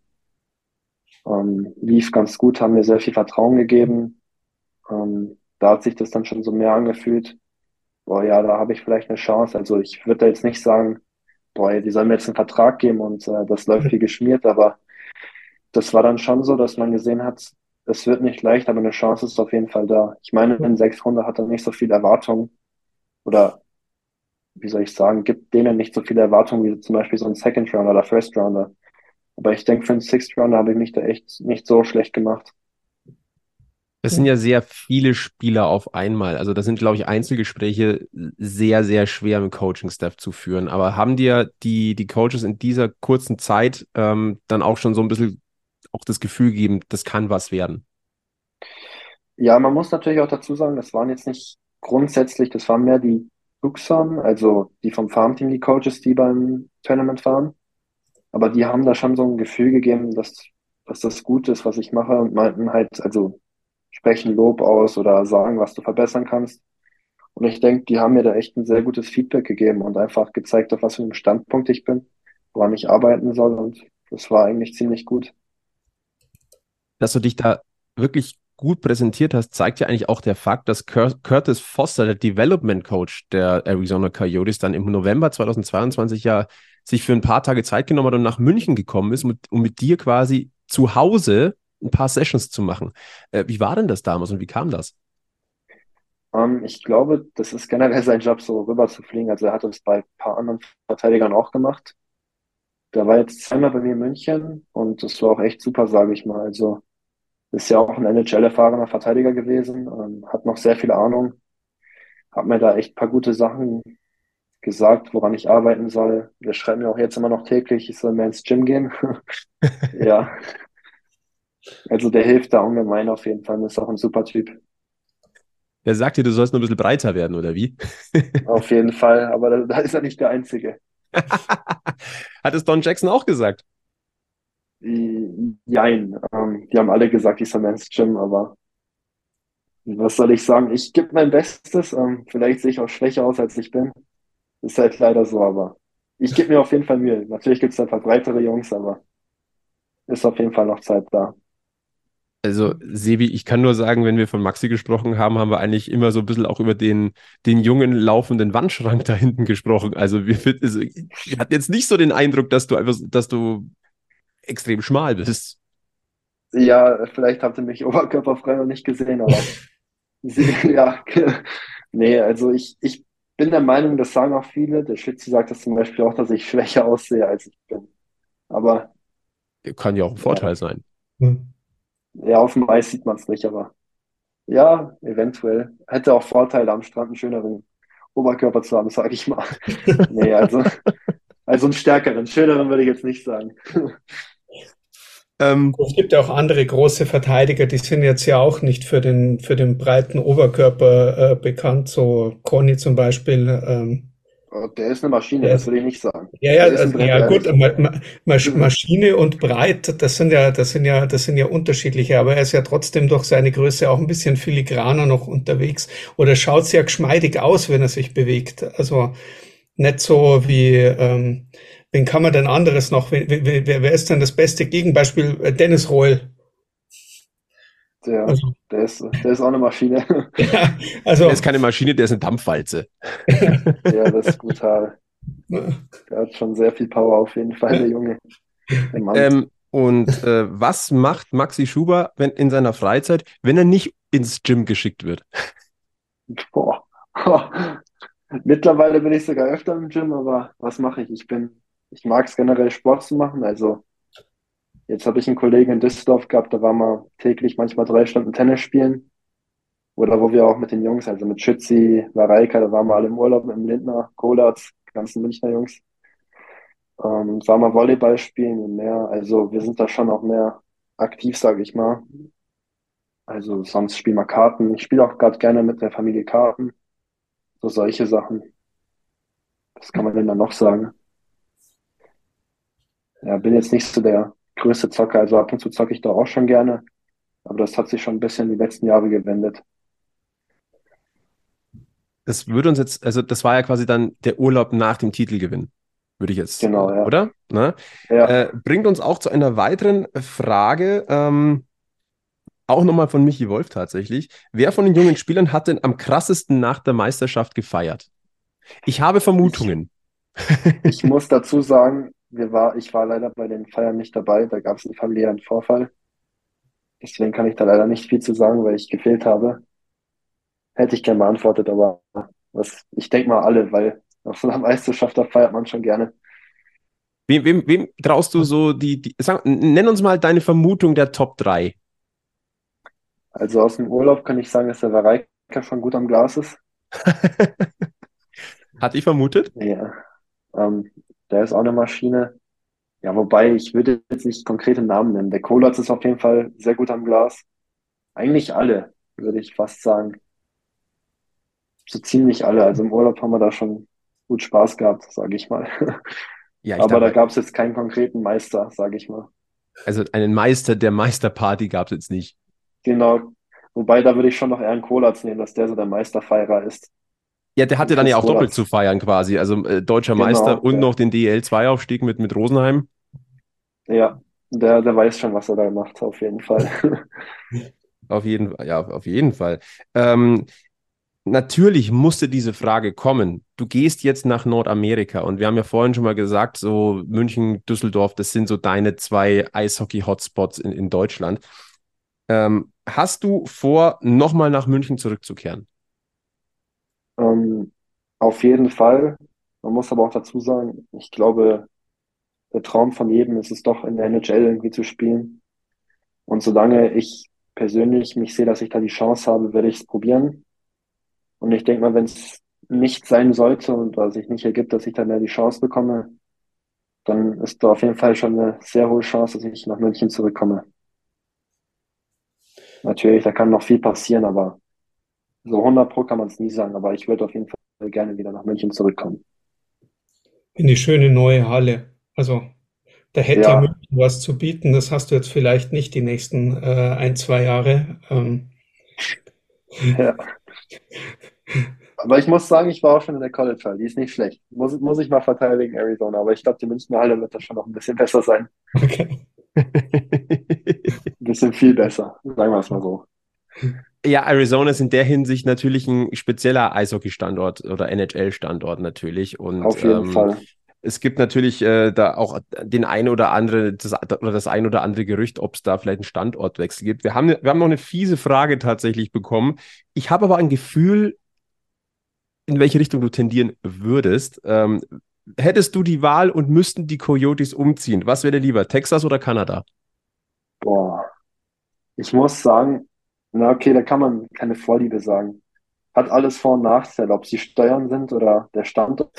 [SPEAKER 4] Lief ganz gut, haben mir sehr viel Vertrauen gegeben. Da hat sich das dann schon so mehr angefühlt. Boah, ja, da habe ich vielleicht eine Chance. Also ich würde da jetzt nicht sagen, boah, die sollen mir jetzt einen Vertrag geben und das läuft wie geschmiert, aber das war dann schon so, dass man gesehen hat, es wird nicht leicht, aber eine Chance ist auf jeden Fall da. Ich meine, in 6 Runden hat er nicht so viel Erwartung oder wie soll ich sagen, gibt denen nicht so viele Erwartungen wie zum Beispiel so ein Second Rounder oder First Rounder. Aber ich denke, für einen Sixth Rounder habe ich mich da echt nicht so schlecht gemacht.
[SPEAKER 2] Es sind ja sehr viele Spieler auf einmal. Also das sind, glaube ich, Einzelgespräche sehr, sehr schwer im Coaching-Staff zu führen. Aber haben dir die Coaches in dieser kurzen Zeit dann auch schon so ein bisschen auch das Gefühl gegeben, das kann was werden?
[SPEAKER 4] Ja, man muss natürlich auch dazu sagen, das waren jetzt nicht grundsätzlich, das waren mehr die Tucson, also die vom Farmteam, die Coaches, die beim Tournament waren. Aber die haben da schon so ein Gefühl gegeben, dass das gut ist, was ich mache und meinten halt, also sprechen Lob aus oder sagen, was du verbessern kannst. Und ich denke, die haben mir da echt ein sehr gutes Feedback gegeben und einfach gezeigt, auf was für einem Standpunkt ich bin, woran ich arbeiten soll. Und das war eigentlich ziemlich gut.
[SPEAKER 2] dass du dich da wirklich gut präsentiert hast, zeigt ja eigentlich auch der Fakt, dass Curtis Foster, der Development Coach der Arizona Coyotes, dann im November 2022 ja sich für ein paar Tage Zeit genommen hat und nach München gekommen ist, um mit dir quasi zu Hause ein paar Sessions zu machen. Wie war denn das damals und wie kam das?
[SPEAKER 4] Ich glaube, das ist generell sein Job, so rüber zu fliegen. Also er hat es bei ein paar anderen Verteidigern auch gemacht. Der war jetzt zweimal bei mir in München und das war auch echt super, sage ich mal. Also ist ja auch ein NHL-erfahrener Verteidiger gewesen, hat noch sehr viel Ahnung, hat mir da echt ein paar gute Sachen gesagt, woran ich arbeiten soll. Der schreibt mir auch jetzt immer noch täglich, ich soll mehr ins Gym gehen. Ja, also der hilft da ungemein auf jeden Fall. Ist auch ein super Typ.
[SPEAKER 2] Er sagt dir, du sollst nur ein bisschen breiter werden, oder wie?
[SPEAKER 4] Auf jeden Fall, aber da ist er nicht der Einzige.
[SPEAKER 2] Hat es Don Jackson auch gesagt?
[SPEAKER 4] Jein, die haben alle gesagt, ich soll mehr ins Gym, aber was soll ich sagen? Ich gebe mein Bestes. Vielleicht sehe ich auch schwächer aus, als ich bin. Ist halt leider so, aber ich gebe mir auf jeden Fall Mühe. Natürlich gibt es ein paar breitere Jungs, aber ist auf jeden Fall noch Zeit da.
[SPEAKER 2] Also, Sebi, ich kann nur sagen, wenn wir von Maxi gesprochen haben, haben wir eigentlich immer so ein bisschen auch über den jungen laufenden Wandschrank da hinten gesprochen. Also, wir hatten jetzt nicht so den Eindruck, dass du extrem schmal bist.
[SPEAKER 4] Ja, vielleicht habt ihr mich oberkörperfrei noch nicht gesehen, aber ja, nee, also ich bin der Meinung, das sagen auch viele. Der Schütze sagt das zum Beispiel auch, dass ich schwächer aussehe, als ich bin. Aber
[SPEAKER 2] Kann ja auch ein
[SPEAKER 4] ja,
[SPEAKER 2] Vorteil sein.
[SPEAKER 3] Hm.
[SPEAKER 4] ja, auf dem Eis sieht man es nicht, aber ja, eventuell. Hätte auch Vorteile am Strand einen schöneren Oberkörper zu haben, sage ich mal. Nee, also einen stärkeren, schöneren würde ich jetzt nicht sagen.
[SPEAKER 3] Es gibt ja auch andere große Verteidiger, die sind jetzt ja auch nicht für den breiten Oberkörper bekannt, so Conny zum Beispiel.
[SPEAKER 4] Der ist eine Maschine,
[SPEAKER 3] Der
[SPEAKER 4] das
[SPEAKER 3] ist,
[SPEAKER 4] würde ich nicht sagen.
[SPEAKER 3] ja, ja,
[SPEAKER 4] Der ist ein
[SPEAKER 3] also,
[SPEAKER 4] Brett,
[SPEAKER 3] ja gut,
[SPEAKER 4] ehrlich.
[SPEAKER 3] Maschine und breit, das sind ja unterschiedliche, aber er ist ja trotzdem durch seine Größe auch ein bisschen filigraner noch unterwegs oder schaut sehr geschmeidig aus, wenn er sich bewegt. Also nicht so wie, wen kann man denn anderes noch? Wer ist denn das beste Gegenbeispiel? Dennis Rohl.
[SPEAKER 4] Der,
[SPEAKER 3] Also,
[SPEAKER 4] der ist auch eine Maschine.
[SPEAKER 3] ja,
[SPEAKER 2] Der
[SPEAKER 3] also
[SPEAKER 2] ist keine Maschine, der ist eine Dampfwalze.
[SPEAKER 4] Ja, das ist brutal. Der hat schon sehr viel Power auf jeden Fall, der Junge, der Mann.
[SPEAKER 2] Was macht Maxi Schuber in seiner Freizeit, wenn er nicht ins Gym geschickt wird?
[SPEAKER 4] Boah. Mittlerweile bin ich sogar öfter im Gym, aber was mache ich? Ich mag es generell Sport zu machen. Also jetzt habe ich einen Kollegen in Düsseldorf gehabt, da waren wir täglich manchmal 3 Stunden Tennis spielen. Oder wo wir auch mit den Jungs, also mit Schützi, Vareika, da waren wir alle im Urlaub mit dem Lindner, Kolatz, die ganzen Münchner Jungs. Waren wir Volleyball spielen und mehr. Also wir sind da schon auch mehr aktiv, sage ich mal. Also sonst spielen wir Karten. Ich spiele auch gerade gerne mit der Familie Karten. So solche Sachen. Was kann man denn da noch sagen? Ja, bin jetzt nicht so der größte Zocker. Also ab und zu zocke ich da auch schon gerne. Aber das hat sich schon ein bisschen die letzten Jahre gewendet.
[SPEAKER 2] Das würde uns jetzt, also das war ja quasi dann der Urlaub nach dem Titelgewinn, würde ich jetzt,
[SPEAKER 4] Genau, ja.
[SPEAKER 2] oder? Ne?
[SPEAKER 4] Ja,
[SPEAKER 2] Bringt uns auch zu einer weiteren Frage, auch nochmal von Michi Wolf tatsächlich. Wer von den jungen Spielern hat denn am krassesten nach der Meisterschaft gefeiert? Ich habe
[SPEAKER 4] ich,
[SPEAKER 2] Vermutungen.
[SPEAKER 4] ich muss dazu sagen, ich war leider bei den Feiern nicht dabei. Da gab es einen familiären Vorfall. Deswegen kann ich da leider nicht viel zu sagen, weil ich gefehlt habe. Hätte ich gerne beantwortet, aber ich denke mal alle, weil nach so einer Meisterschaft, da feiert man schon gerne.
[SPEAKER 2] Wem traust du so nenn uns mal deine Vermutung der Top 3.
[SPEAKER 4] Also aus dem Urlaub kann ich sagen, dass der Vareika schon gut am Glas ist.
[SPEAKER 2] Hatte ich vermutet?
[SPEAKER 4] Ja, ähm, der ist auch eine Maschine. Ja, wobei ich würde jetzt nicht konkrete Namen nennen. Der Kolatz ist auf jeden Fall sehr gut am Glas. Eigentlich alle, würde ich fast sagen. So ziemlich alle. Also im Urlaub haben wir da schon gut Spaß gehabt, sage ich mal.
[SPEAKER 2] Ja, ich
[SPEAKER 4] Aber da
[SPEAKER 2] dachte,
[SPEAKER 4] gab es jetzt keinen konkreten Meister, sage ich mal.
[SPEAKER 2] also einen Meister der Meisterparty gab es jetzt nicht.
[SPEAKER 4] Genau. Wobei, da würde ich schon noch eher einen Kolatz nehmen, dass der so der Meisterfeierer ist.
[SPEAKER 2] Ja, der
[SPEAKER 4] Den
[SPEAKER 2] hatte dann ja
[SPEAKER 4] Chris
[SPEAKER 2] auch doppelt
[SPEAKER 4] Kolatz.
[SPEAKER 2] zu feiern quasi. Also deutscher Meister
[SPEAKER 4] Genau,
[SPEAKER 2] und noch den DEL-2-Aufstieg mit Rosenheim.
[SPEAKER 4] ja. Der weiß schon, was er da macht, auf jeden Fall.
[SPEAKER 2] Auf jeden Fall, ja, auf jeden Fall. Ähm, Natürlich musste diese Frage kommen. Du gehst jetzt nach Nordamerika und wir haben ja vorhin schon mal gesagt, so München, Düsseldorf, das sind so deine zwei Eishockey-Hotspots in Deutschland. Hast du vor, nochmal nach München zurückzukehren?
[SPEAKER 4] Ähm, auf jeden Fall. Man muss aber auch dazu sagen, ich glaube, der Traum von jedem ist es doch, in der NHL irgendwie zu spielen. Und solange ich persönlich mich sehe, dass ich da die Chance habe, werde ich es probieren. Und ich denke mal, wenn es nicht sein sollte und da sich nicht ergibt, dass ich dann mehr die Chance bekomme, dann ist da auf jeden Fall schon eine sehr hohe Chance, dass ich nach München zurückkomme. Natürlich, da kann noch viel passieren, aber so 100 Pro kann man es nie sagen. Aber ich würde auf jeden Fall gerne wieder nach München zurückkommen.
[SPEAKER 3] In die schöne neue Halle. Also da hätte ja
[SPEAKER 4] Ja,
[SPEAKER 3] München was zu bieten. Das hast du jetzt vielleicht nicht die nächsten 1, 2 Jahre.
[SPEAKER 4] ja. Aber ich muss sagen, ich war auch schon in der College Hall. Die ist nicht schlecht. Muss ich mal verteidigen, Arizona. Aber ich glaube, die Münchner Halle wird da schon noch ein bisschen besser sein.
[SPEAKER 3] Okay.
[SPEAKER 4] Ein bisschen viel besser. Sagen wir es mal so.
[SPEAKER 2] Ja, Arizona ist in der Hinsicht natürlich ein spezieller Eishockey-Standort oder NHL-Standort natürlich. Und
[SPEAKER 4] Auf jeden Fall.
[SPEAKER 2] es gibt natürlich da auch den ein oder andere, das ein oder andere Gerücht, ob es da vielleicht einen Standortwechsel gibt. Wir haben noch eine fiese Frage tatsächlich bekommen. Ich habe aber ein Gefühl, in welche Richtung du tendieren würdest. Hättest du die Wahl und müssten die Coyotes umziehen? Was wäre dir lieber, Texas oder Kanada?
[SPEAKER 4] Boah. Ich muss sagen, na okay, da kann man keine Vorliebe sagen. Hat alles Vor- und Nachteile, ob sie Steuern sind oder der Standort.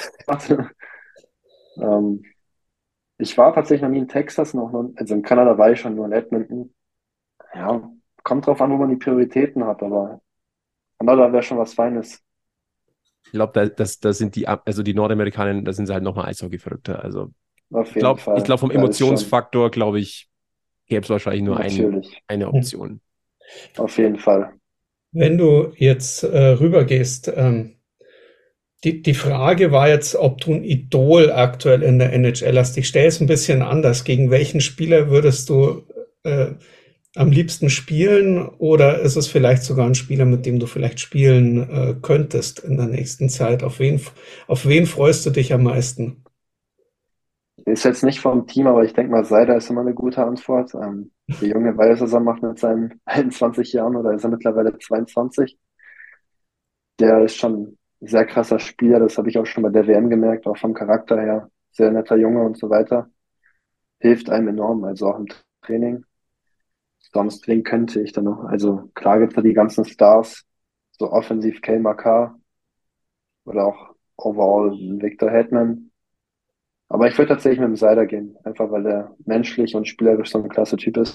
[SPEAKER 4] Ähm, ich war tatsächlich noch nie in Texas, also in Kanada war ich schon nur in Edmonton. Ja, kommt drauf an, wo man die Prioritäten hat, aber Kanada wäre schon was Feines.
[SPEAKER 2] Ich glaube, da sind also die Nordamerikaner, da sind sie halt nochmal Eishockey-verrückter. Also
[SPEAKER 4] Auf
[SPEAKER 2] ich
[SPEAKER 4] jeden
[SPEAKER 2] glaube,
[SPEAKER 4] Fall.
[SPEAKER 2] vom
[SPEAKER 4] Da ist schon,
[SPEAKER 2] Emotionsfaktor, glaube ich, gäbe es wahrscheinlich nur
[SPEAKER 4] natürlich.
[SPEAKER 2] eine Option.
[SPEAKER 4] Auf jeden Fall.
[SPEAKER 3] Wenn du jetzt rübergehst, die Frage war jetzt, ob du ein Idol aktuell in der NHL hast. Ich stelle es ein bisschen anders. Gegen welchen Spieler würdest du am liebsten spielen? Oder ist es vielleicht sogar ein Spieler, mit dem du vielleicht spielen könntest in der nächsten Zeit? Auf wen freust du dich am meisten?
[SPEAKER 4] Ist jetzt nicht vom Team, aber ich denke mal, Seider ist immer eine gute Antwort. Der Junge weiß, was er macht mit seinen 21 Jahren oder ist er mittlerweile 22. Der ist schon ein sehr krasser Spieler, das habe ich auch schon bei der WM gemerkt, auch vom Charakter her. Sehr netter Junge und so weiter. Hilft einem enorm, also auch im Training. Sonst wen könnte ich da noch? Also klar gibt es da die ganzen Stars, so offensiv Cale Makar oder auch overall Victor Hedman. Aber ich würde tatsächlich mit dem Seider gehen, einfach weil der menschlich und spielerisch so ein klasse Typ ist.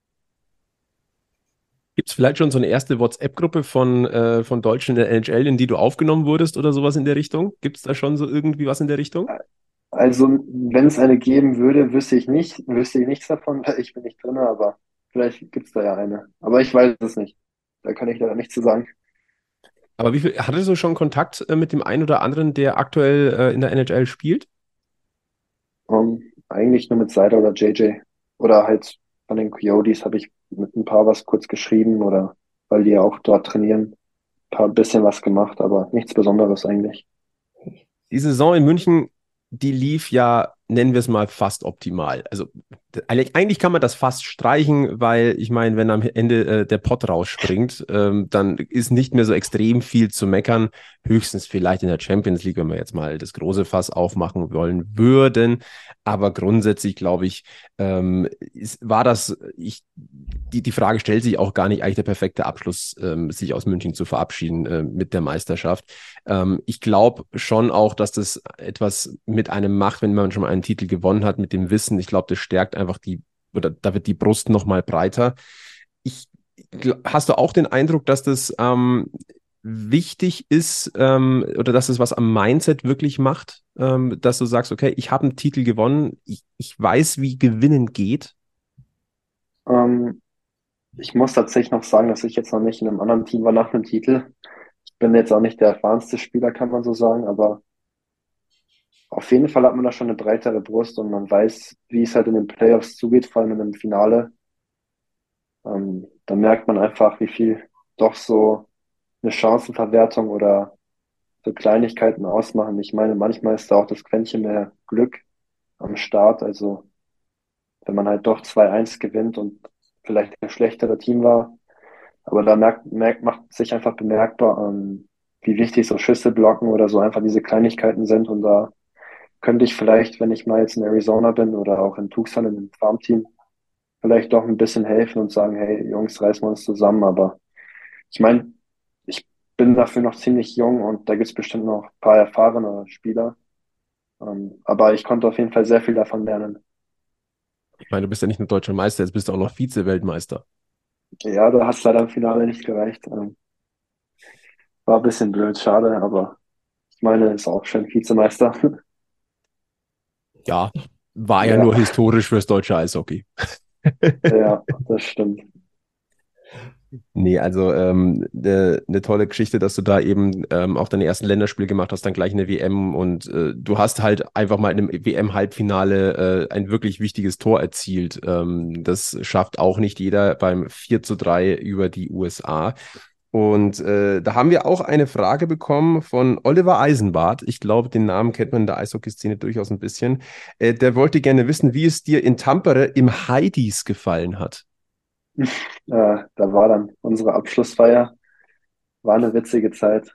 [SPEAKER 2] Gibt es vielleicht schon so eine erste WhatsApp-Gruppe von Deutschen in der NHL, in die du aufgenommen wurdest oder sowas in der Richtung? Gibt es da schon so irgendwie was in der Richtung?
[SPEAKER 4] Also, wenn es eine geben würde, wüsste ich nichts davon, weil ich bin nicht drin, aber vielleicht gibt es da ja eine. Aber ich weiß es nicht. Da kann ich leider nichts zu sagen.
[SPEAKER 2] Aber hattest du schon Kontakt mit dem einen oder anderen, der aktuell in der NHL spielt?
[SPEAKER 4] Eigentlich nur mit Seider oder JJ. Oder halt von den Coyotes habe ich mit ein paar was kurz geschrieben oder weil die ja auch dort trainieren, bisschen was gemacht, aber nichts Besonderes eigentlich.
[SPEAKER 2] Die Saison in München, die lief ja, nennen wir es mal, fast optimal. Also eigentlich kann man das fast streichen, weil ich meine, wenn am Ende der Pott rausspringt, dann ist nicht mehr so extrem viel zu meckern. Höchstens vielleicht in der Champions League, wenn wir jetzt mal das große Fass aufmachen wollen würden. Aber grundsätzlich, glaube ich, war die Frage stellt sich auch gar nicht eigentlich der perfekte Abschluss, sich aus München zu verabschieden mit der Meisterschaft. Ich glaube schon auch, dass das etwas mit einem macht, wenn man schon mal einen Titel gewonnen hat, mit dem Wissen. Ich glaube, das stärkt einfach oder da wird die Brust noch mal breiter. Hast du auch den Eindruck, dass das wichtig ist oder dass es was am Mindset wirklich macht, dass du sagst, okay, ich habe einen Titel gewonnen, ich weiß, wie gewinnen geht.
[SPEAKER 4] Ähm, Ich muss tatsächlich noch sagen, dass ich jetzt noch nicht in einem anderen Team war nach einem Titel. Ich bin jetzt auch nicht der erfahrenste Spieler, kann man so sagen, aber auf jeden Fall hat man da schon eine breitere Brust und man weiß, wie es halt in den Playoffs zugeht, vor allem in einem Finale. Da merkt man einfach, wie viel doch so eine Chancenverwertung oder so Kleinigkeiten ausmachen. Ich meine, manchmal ist da auch das Quäntchen mehr Glück am Start. Also wenn man halt doch 2-1 gewinnt und vielleicht ein schlechtere Team war. Aber da macht sich einfach bemerkbar, wie wichtig so Schüsse blocken oder so einfach diese Kleinigkeiten sind. Und da könnte ich vielleicht, wenn ich mal jetzt in Arizona bin oder auch in Tucson in einem Farmteam, vielleicht doch ein bisschen helfen und sagen, hey Jungs, reißen wir uns zusammen. Aber ich meine, ich bin dafür noch ziemlich jung und da gibt es bestimmt noch ein paar erfahrene Spieler. Aber ich konnte auf jeden Fall sehr viel davon lernen.
[SPEAKER 2] Ich meine, du bist ja nicht nur deutscher Meister, jetzt bist du auch noch Vize-Weltmeister.
[SPEAKER 4] Ja, da hat es leider im Finale nicht gereicht. War ein bisschen blöd, schade, aber ich meine, ist auch schön Vizemeister.
[SPEAKER 2] Ja, war ja
[SPEAKER 4] Ja,
[SPEAKER 2] nur historisch fürs deutsche Eishockey.
[SPEAKER 4] ja, das stimmt.
[SPEAKER 2] Nee, also ne tolle Geschichte, dass du da eben auch deine ersten Länderspiele gemacht hast, dann gleich eine WM und du hast halt einfach mal in einem WM-Halbfinale ein wirklich wichtiges Tor erzielt. Das schafft auch nicht jeder beim 4:3 über die USA. Und da haben wir auch eine Frage bekommen von Oliver Eisenbart. Ich glaube, den Namen kennt man in der Eishockey-Szene durchaus ein bisschen. Der wollte gerne wissen, wie es dir in Tampere im Heidis gefallen hat.
[SPEAKER 4] Da war dann unsere Abschlussfeier. War eine witzige Zeit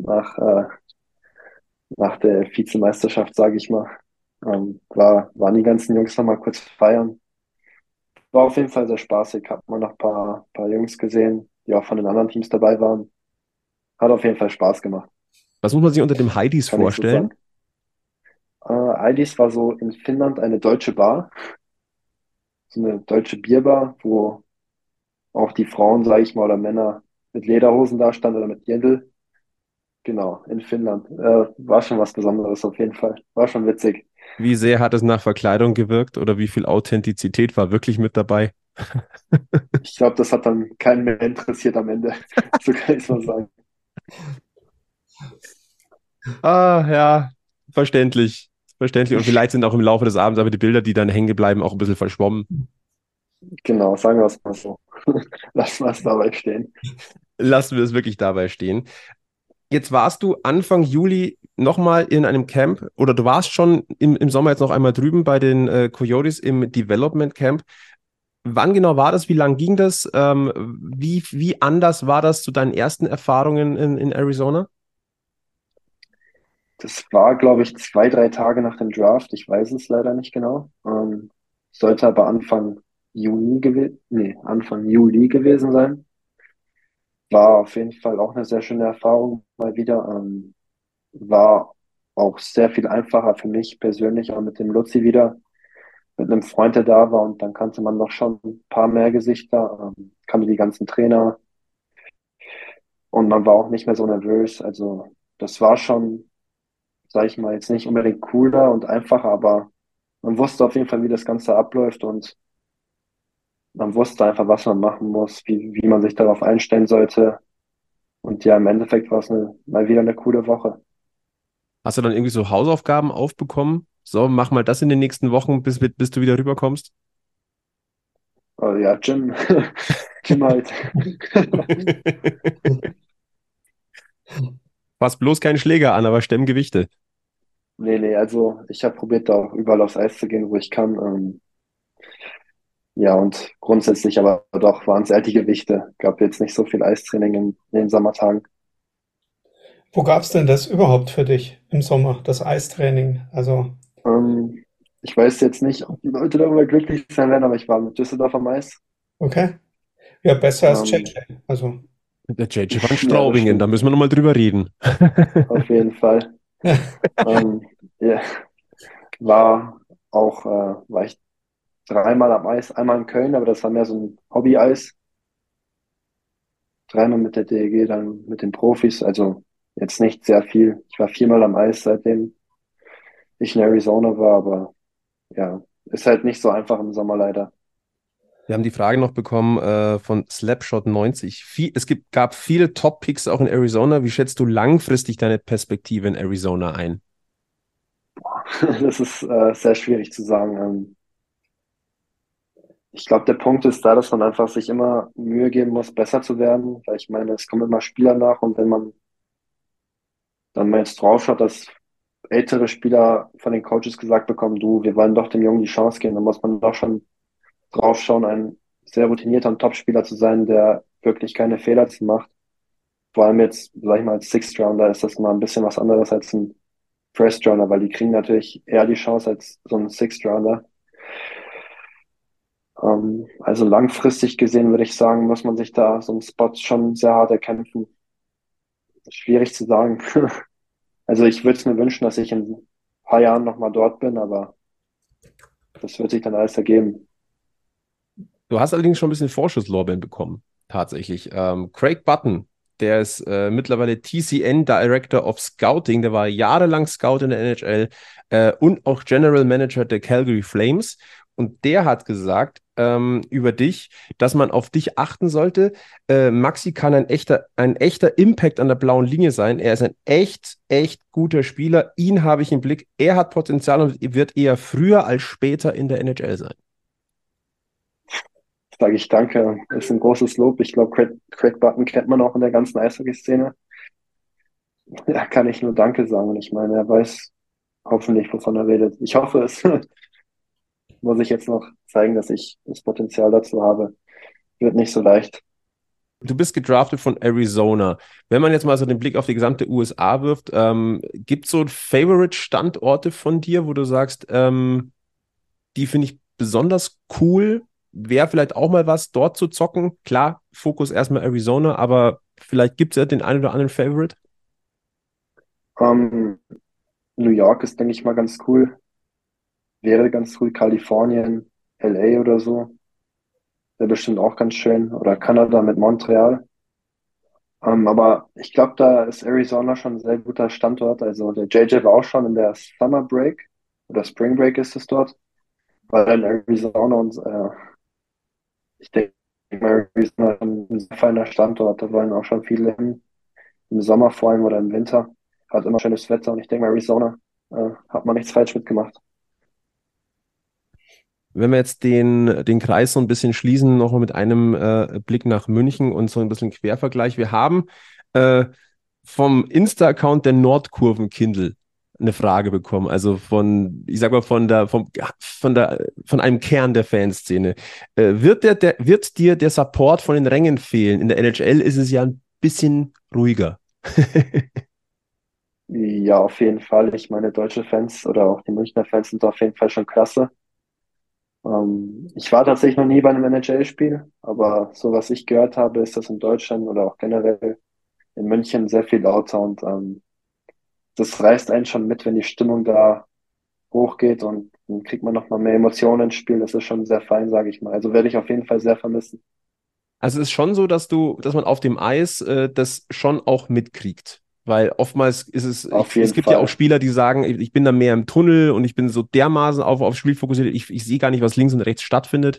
[SPEAKER 4] nach der Vizemeisterschaft, sage ich mal. Waren die ganzen Jungs noch mal kurz feiern. War auf jeden Fall sehr spaßig. Hat man noch ein paar Jungs gesehen, die auch von den anderen Teams dabei waren. Hat auf jeden Fall Spaß gemacht,
[SPEAKER 2] Was muss man sich unter dem Heidis
[SPEAKER 4] kann ich so
[SPEAKER 2] vorstellen?
[SPEAKER 4] sagen. Aldis war so in Finnland eine deutsche Bar, so eine deutsche Bierbar, wo auch die Frauen, sage ich mal, oder Männer mit Lederhosen da standen oder mit Dirndl. Genau, in Finnland. War schon was Besonderes auf jeden Fall. War schon witzig.
[SPEAKER 2] Wie sehr hat es nach Verkleidung gewirkt oder wie viel Authentizität war wirklich mit dabei?
[SPEAKER 4] Ich glaube, das hat dann keinen mehr interessiert am Ende. So kann ich es mal sagen.
[SPEAKER 2] Ah, ja, verständlich. Verständlich. Und vielleicht sind auch im Laufe des Abends aber die Bilder, die dann hängen bleiben, auch ein bisschen verschwommen.
[SPEAKER 4] Genau, sagen wir es mal so. Lassen wir es dabei stehen.
[SPEAKER 2] Lassen wir es wirklich dabei stehen. Jetzt warst du Anfang Juli nochmal in einem Camp oder du warst schon im Sommer jetzt noch einmal drüben bei den Coyotes im Development Camp. Wann genau war das? Wie lang ging das? Wie anders war das zu deinen ersten Erfahrungen in Arizona?
[SPEAKER 4] Das war, glaube ich, 2, 3 Tage nach dem Draft. Ich weiß es leider nicht genau. Sollte aber Anfang Juli gewesen sein. War auf jeden Fall auch eine sehr schöne Erfahrung mal wieder. War auch sehr viel einfacher für mich persönlich, auch mit dem Luzi wieder, mit einem Freund, der da war und dann kannte man doch schon ein paar mehr Gesichter, kannte die ganzen Trainer und man war auch nicht mehr so nervös. Also das war schon, sage ich mal, jetzt nicht unbedingt cooler und einfacher, aber man wusste auf jeden Fall, wie das Ganze abläuft und man wusste einfach, was man machen muss, wie man sich darauf einstellen sollte. Und ja, im Endeffekt war es mal wieder eine coole Woche.
[SPEAKER 2] Hast du dann irgendwie so Hausaufgaben aufbekommen? So, mach mal das in den nächsten Wochen, bis du wieder rüberkommst.
[SPEAKER 4] Ja, Gym, Gym halt.
[SPEAKER 2] Fass bloß keinen Schläger an, aber stemm Gewichte.
[SPEAKER 4] Nee, also ich habe probiert, da auch überall aufs Eis zu gehen, wo ich kann. Ja, und grundsätzlich aber doch waren es eher die Gewichte. Gab jetzt nicht so viel Eistraining in den Sommertagen.
[SPEAKER 3] Wo gab's denn das überhaupt für dich im Sommer, das Eistraining? Also,
[SPEAKER 4] Ähm, Ich weiß jetzt nicht, ob die Leute darüber glücklich sein werden, aber ich war mit Düsseldorf am Eis.
[SPEAKER 3] okay. Ja, besser als
[SPEAKER 4] Ähm,
[SPEAKER 3] JJ. Also,
[SPEAKER 2] Der JJ war in
[SPEAKER 4] ja, das
[SPEAKER 2] Straubingen, da
[SPEAKER 4] stimmt.
[SPEAKER 2] müssen wir nochmal drüber reden.
[SPEAKER 4] Auf jeden Fall. Ähm, ja, war ich 3-mal am Eis, einmal in Köln, aber das war mehr so ein Hobby-Eis. 3-mal mit der DEG, dann mit den Profis, also jetzt nicht sehr viel. Ich war 4-mal am Eis, seitdem ich in Arizona war, aber ja, ist halt nicht so einfach im Sommer leider.
[SPEAKER 2] Wir haben die Frage noch bekommen von Slapshot90. Gab viele Top-Picks auch in Arizona. Wie schätzt du langfristig deine Perspektive in Arizona ein?
[SPEAKER 4] das ist sehr schwierig zu sagen. Ich glaube, der Punkt ist da, dass man einfach sich immer Mühe geben muss, besser zu werden. Weil ich meine, es kommen immer Spieler nach und wenn man dann mal jetzt drauf schaut, dass ältere Spieler von den Coaches gesagt bekommen, du, wir wollen doch dem Jungen die Chance geben, dann muss man doch schon drauf schauen, ein sehr routinierter und Top-Spieler zu sein, der wirklich keine Fehler zu macht. Vor allem jetzt, sag ich mal, als Sixth Rounder ist das mal ein bisschen was anderes als ein First Rounder, weil die kriegen natürlich eher die Chance als so ein Sixth Rounder. Also langfristig gesehen würde ich sagen, muss man sich da so einen Spot schon sehr hart erkämpfen. Schwierig zu sagen. Also ich würde es mir wünschen, dass ich in ein paar Jahren nochmal dort bin, aber das wird sich dann alles ergeben.
[SPEAKER 2] Du hast allerdings schon ein bisschen Vorschusslorbeeren bekommen, tatsächlich. Craig Button, der ist mittlerweile TCN Director of Scouting, der war jahrelang Scout in der NHL und auch General Manager der Calgary Flames. Und der hat gesagt über dich, dass man auf dich achten sollte. Maxi kann ein echter Impact an der blauen Linie sein. Er ist ein echt guter Spieler. Ihn habe ich im Blick. Er hat Potenzial und wird eher früher als später in der NHL sein.
[SPEAKER 4] Sage ich danke. Das ist ein großes Lob. Ich glaube, Craig Button kennt man auch in der ganzen Eishockey-Szene. Da kann ich nur Danke sagen. Und ich meine, er weiß hoffentlich, wovon er redet. Ich hoffe es. Muss ich jetzt noch zeigen, dass ich das Potenzial dazu habe. Wird nicht so leicht.
[SPEAKER 2] Du bist gedraftet von Arizona. Wenn man jetzt mal so den Blick auf die gesamte USA wirft, gibt es so Favorite-Standorte von dir, wo du sagst, die finde ich besonders cool? Wäre vielleicht auch mal was, dort zu zocken? Klar, Fokus erstmal Arizona, aber vielleicht gibt es ja den einen oder anderen Favorite.
[SPEAKER 4] Ähm, New York ist, denke ich mal, ganz cool. Wäre ganz cool. Kalifornien, LA oder so. Wäre bestimmt auch ganz schön. Oder Kanada mit Montreal. Aber ich glaube, da ist Arizona schon ein sehr guter Standort. Also der JJ war auch schon in der Summer Break oder Spring Break ist es dort. War in Arizona und ich denke mal, Arizona ist ein sehr feiner Standort. Da wollen auch schon viele hin. Im Sommer vor allem oder im Winter. Hat immer schönes Wetter und ich denke mal, Arizona hat man nichts falsch mitgemacht.
[SPEAKER 2] Wenn wir jetzt den Kreis so ein bisschen schließen, nochmal mit einem Blick nach München und so ein bisschen Quervergleich. Wir haben vom Insta-Account der Nordkurvenkindl eine Frage bekommen. Also ich sag mal, von einem Kern der Fanszene. Wird dir der Support von den Rängen fehlen? In der NHL ist es ja ein bisschen ruhiger.
[SPEAKER 4] Ja, auf jeden Fall. Ich meine, deutsche Fans oder auch die Münchner Fans sind auf jeden Fall schon klasse. Ich war tatsächlich noch nie bei einem NHL-Spiel, aber so was ich gehört habe, ist das in Deutschland oder auch generell in München sehr viel lauter und das reißt einen schon mit, wenn die Stimmung da hochgeht und dann kriegt man nochmal mehr Emotionen ins Spiel. Das ist schon sehr fein, sage ich mal. Also werde ich auf jeden Fall sehr vermissen.
[SPEAKER 2] Also es ist schon so, dass man auf dem Eis das schon auch mitkriegt. Weil oftmals ist
[SPEAKER 4] Auf
[SPEAKER 2] es
[SPEAKER 4] jeden
[SPEAKER 2] gibt ja auch
[SPEAKER 4] Fall.
[SPEAKER 2] Spieler, die sagen, ich bin da mehr im Tunnel und ich bin so dermaßen aufs Spiel fokussiert, ich sehe gar nicht, was links und rechts stattfindet.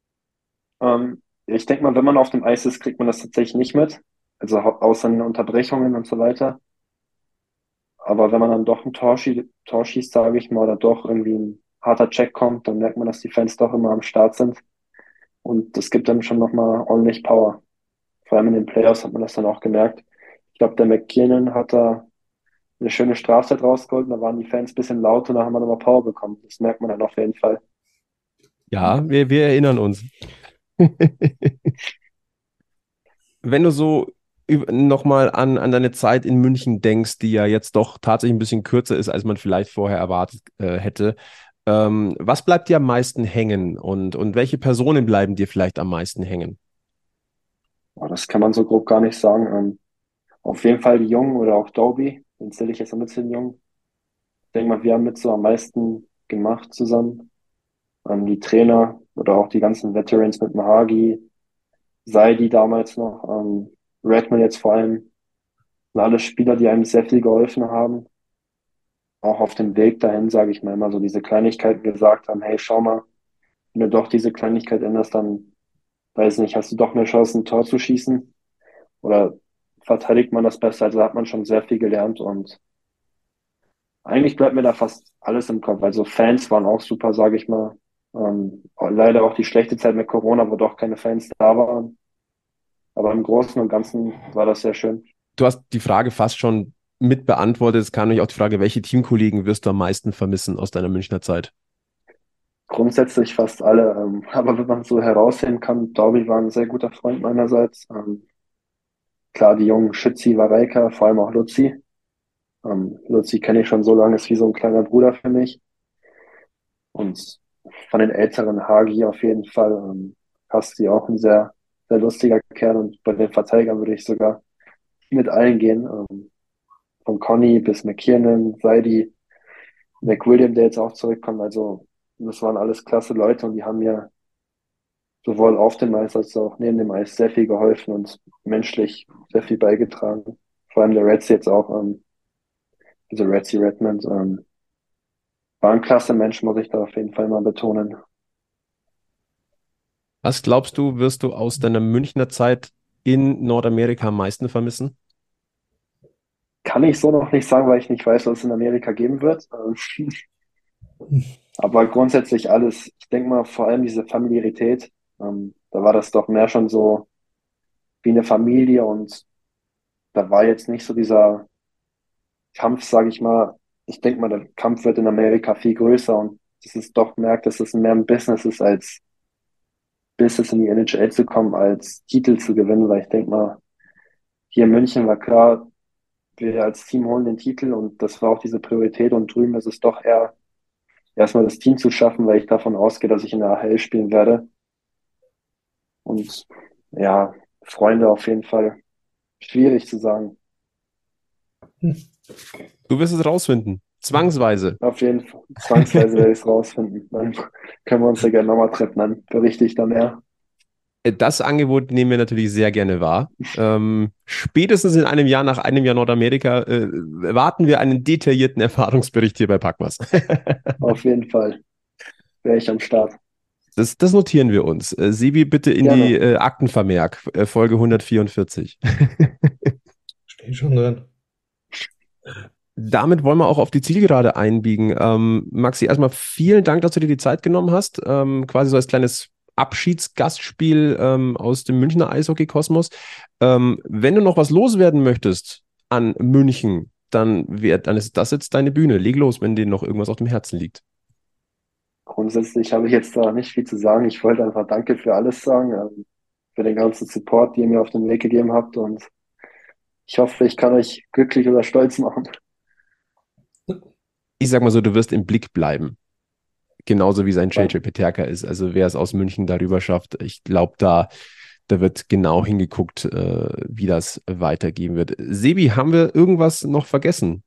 [SPEAKER 4] Ich denke mal, wenn man auf dem Eis ist, kriegt man das tatsächlich nicht mit. Also außer in Unterbrechungen und so weiter. Aber wenn man dann doch ein Tor schießt, sage ich mal, oder doch irgendwie ein harter Check kommt, dann merkt man, dass die Fans doch immer am Start sind. Und das gibt dann schon nochmal ordentlich Power. Vor allem in den Playoffs hat man das dann auch gemerkt. Ich glaube, der McKinnon hat da eine schöne Strafzeit rausgeholt. Da waren die Fans ein bisschen laut und da haben wir nochmal Power bekommen. Das merkt man dann auf jeden Fall.
[SPEAKER 2] Ja, wir erinnern uns. Wenn du so nochmal an deine Zeit in München denkst, die ja jetzt doch tatsächlich ein bisschen kürzer ist, als man vielleicht vorher erwartet hätte, was bleibt dir am meisten hängen und welche Personen bleiben dir vielleicht am meisten hängen?
[SPEAKER 4] Aber das kann man so grob gar nicht sagen. Auf jeden Fall die Jungen oder auch Doby, den zähle ich jetzt noch mit zu den Jungen. Ich denke mal, wir haben mit so am meisten gemacht zusammen. Die Trainer oder auch die ganzen Veterans mit Mahagi, Seidi damals noch, Redman jetzt vor allem, sind alles Spieler, die einem sehr viel geholfen haben. Auch auf dem Weg dahin, sage ich mal, immer so diese Kleinigkeiten gesagt haben, hey, schau mal, wenn du doch diese Kleinigkeit änderst, dann, weiß nicht, hast du doch mehr Chance, ein Tor zu schießen oder verteidigt man das besser. Also da hat man schon sehr viel gelernt und Eigentlich bleibt mir da fast alles im Kopf. Also Fans waren auch super, sage ich mal. Leider auch die schlechte Zeit mit Corona, wo doch keine Fans da waren. Aber im Großen und Ganzen war das sehr schön.
[SPEAKER 2] Du hast die Frage fast schon mit beantwortet. Es kam nämlich auch die Frage, welche Teamkollegen wirst du am meisten vermissen aus deiner Münchner Zeit?
[SPEAKER 4] Grundsätzlich fast alle. Aber wenn man so herausheben kann, Dorbi war ein sehr guter Freund meinerseits. Klar, die jungen Schützi, Wareika, vor allem auch Luzi. Luzi kenne ich schon so lange, ist wie so ein kleiner Bruder für mich. Und von den älteren Hagi auf jeden Fall. Kasti auch ein sehr, sehr lustiger Kerl. Und bei den Verteidigern würde ich sogar mit allen gehen. Von Conny bis McKiernan, Seidi, McWilliam, der jetzt auch zurückkommt. Also das waren alles klasse Leute und die haben mir sowohl auf dem Eis als auch neben dem Eis sehr viel geholfen und menschlich sehr viel beigetragen. Vor allem der Retzi jetzt auch, also Retzi Redmond, war ein klasse Mensch, muss ich da auf jeden Fall mal betonen.
[SPEAKER 2] Was glaubst du, wirst du aus deiner Münchner Zeit in Nordamerika am meisten vermissen?
[SPEAKER 4] Kann ich so noch nicht sagen, weil ich nicht weiß, was es in Amerika geben wird. Aber grundsätzlich alles. Ich denke mal, vor allem diese Familiarität. Da war das doch mehr schon so wie eine Familie und da war jetzt nicht so dieser Kampf, sage ich mal. Ich denke mal, der Kampf wird in Amerika viel größer und dass es doch merkt, dass es mehr ein Business ist, als Business in die NHL zu kommen, als Titel zu gewinnen, weil ich denke mal, hier in München war klar, wir als Team holen den Titel und das war auch diese Priorität und drüben ist es doch eher erstmal das Team zu schaffen, weil ich davon ausgehe, dass ich in der AHL spielen werde. Und ja, Freunde auf jeden Fall schwierig zu sagen.
[SPEAKER 2] Du wirst es rausfinden. Zwangsweise.
[SPEAKER 4] Auf jeden Fall. Zwangsweise werde ich es rausfinden. Dann können wir uns ja gerne nochmal treffen. Dann berichte ich dann mehr.
[SPEAKER 2] Das Angebot nehmen wir natürlich sehr gerne wahr. Spätestens in einem Jahr, nach einem Jahr Nordamerika, erwarten wir einen detaillierten Erfahrungsbericht hier bei Packmas.
[SPEAKER 4] Auf jeden Fall wäre ich am Start.
[SPEAKER 2] Das notieren wir uns. Sebi, bitte in
[SPEAKER 4] Gerne.
[SPEAKER 2] die Aktenvermerk, Folge 144.
[SPEAKER 3] Stehe schon drin.
[SPEAKER 2] Damit wollen wir auch auf die Zielgerade einbiegen. Maxi, erstmal vielen Dank, dass du dir die Zeit genommen hast. Quasi so als kleines Abschiedsgastspiel aus dem Münchner Eishockey-Kosmos. Wenn du noch was loswerden möchtest an München, dann ist das jetzt deine Bühne. Leg los, wenn dir noch irgendwas auf dem Herzen liegt.
[SPEAKER 4] Grundsätzlich habe ich jetzt da nicht viel zu sagen. Ich wollte einfach Danke für alles sagen, für den ganzen Support, den ihr mir auf den Weg gegeben habt. Und ich hoffe, ich kann euch glücklich oder stolz machen.
[SPEAKER 2] Ich sag mal so, du wirst im Blick bleiben. Genauso wie sein JJ Peterka ist. Also wer es aus München darüber schafft, ich glaube, da wird genau hingeguckt, wie das weitergehen wird. Sebi, haben wir irgendwas noch vergessen?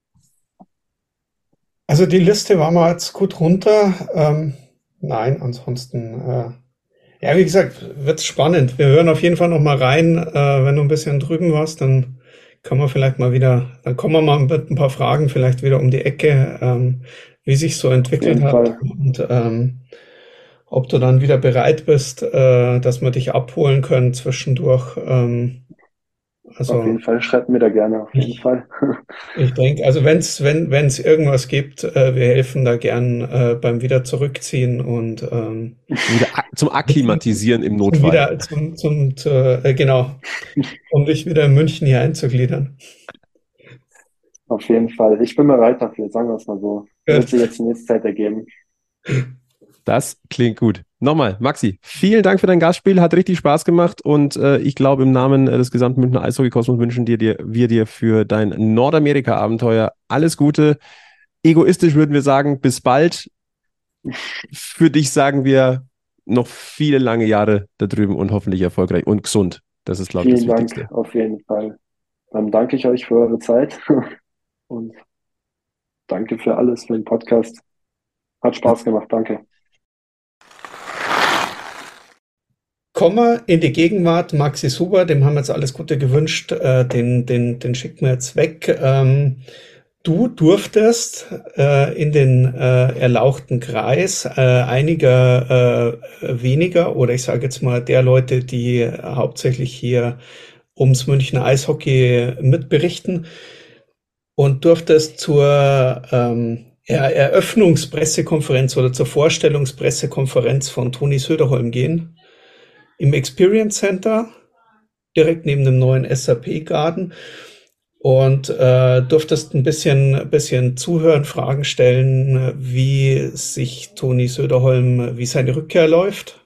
[SPEAKER 3] Also die Liste war mal jetzt gut runter. Nein, ansonsten, ja, wie gesagt, wird's spannend. Wir hören auf jeden Fall noch mal rein. Wenn du ein bisschen drüben warst, dann kann man vielleicht mal wieder, dann kommen wir mal mit ein paar Fragen vielleicht wieder um die Ecke, wie sich so entwickelt hat
[SPEAKER 4] Fall.
[SPEAKER 3] und ob du dann wieder bereit bist, dass wir dich abholen können zwischendurch. Also
[SPEAKER 4] Auf jeden Fall, schreibt mir da gerne, auf jeden Fall.
[SPEAKER 3] ich denke, also wenn's irgendwas gibt, wir helfen da gern beim wieder zurückziehen und
[SPEAKER 2] Wieder zum Akklimatisieren im Notfall.
[SPEAKER 3] wieder genau, um dich wieder in München hier einzugliedern.
[SPEAKER 4] Auf jeden Fall. Ich bin bereit dafür, sagen wir es mal so. Wird sich jetzt in nächster Zeit ergeben.
[SPEAKER 2] Das klingt gut. Nochmal, Maxi, vielen Dank für dein Gastspiel, hat richtig Spaß gemacht und ich glaube, im Namen des gesamten Münchner Eishockey-Kosmos wünschen wir dir für dein Nordamerika-Abenteuer alles Gute. Egoistisch würden wir sagen, bis bald. Für dich sagen wir noch viele lange Jahre da drüben und hoffentlich erfolgreich und gesund. Das ist, glaube ich, das
[SPEAKER 4] Vielen
[SPEAKER 2] Wichtigste.
[SPEAKER 4] Dank, auf jeden Fall. Dann danke ich euch für eure Zeit und danke für alles, für den Podcast. Hat Spaß gemacht, danke.
[SPEAKER 3] Kommen wir in die Gegenwart. Maxi Suber, dem haben wir jetzt alles Gute gewünscht. Den schicken wir jetzt weg. Du durftest in den erlauchten Kreis einiger weniger, oder ich sage jetzt mal der Leute, die hauptsächlich hier ums Münchner Eishockey mitberichten, und durftest zur Eröffnungspressekonferenz oder zur Vorstellungspressekonferenz von Toni Söderholm gehen im Experience Center, direkt neben dem neuen SAP Garden, und durftest ein bisschen zuhören, Fragen stellen, wie sich Toni Söderholm, wie seine Rückkehr läuft,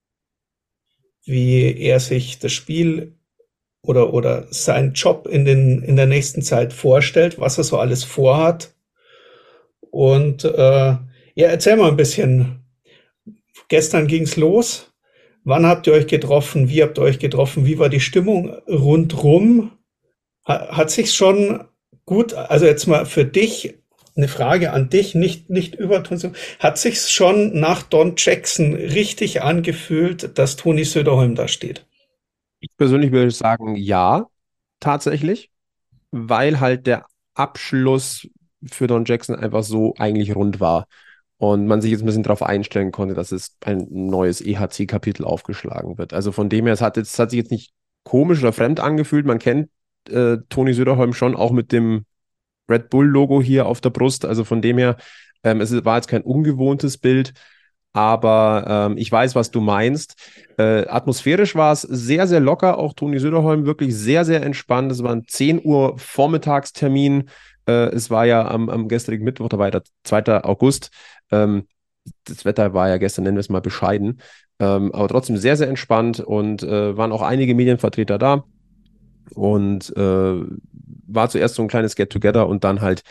[SPEAKER 3] wie er sich das Spiel oder seinen Job in der nächsten Zeit vorstellt, was er so alles vorhat. Und ja, erzähl mal ein bisschen. Gestern ging's los. Wann habt ihr euch getroffen? Wie habt ihr euch getroffen? Wie war die Stimmung rundrum? Hat sich's schon gut, also jetzt mal für dich eine Frage an dich, nicht über Toni, hat sich's schon nach Don Jackson richtig angefühlt, dass Toni Söderholm da steht?
[SPEAKER 2] Ich persönlich würde sagen, ja, tatsächlich, weil halt der Abschluss für Don Jackson einfach so eigentlich rund war und man sich jetzt ein bisschen darauf einstellen konnte, dass es ein neues EHC-Kapitel aufgeschlagen wird. Also von dem her, es hat sich jetzt nicht komisch oder fremd angefühlt. Man kennt Toni Söderholm schon auch mit dem Red Bull-Logo hier auf der Brust. Also von dem her, war jetzt kein ungewohntes Bild, aber ich weiß, was du meinst. Atmosphärisch war es sehr, sehr locker. Auch Toni Söderholm wirklich sehr, sehr entspannt. Es war ein 10 Uhr Vormittagstermin. Es war ja am gestrigen Mittwoch, da war ja der 2. August. Das Wetter war ja gestern, nennen wir es mal, bescheiden. Aber trotzdem sehr, sehr entspannt und waren auch einige Medienvertreter da. Und war zuerst so ein kleines Get-Together und dann halt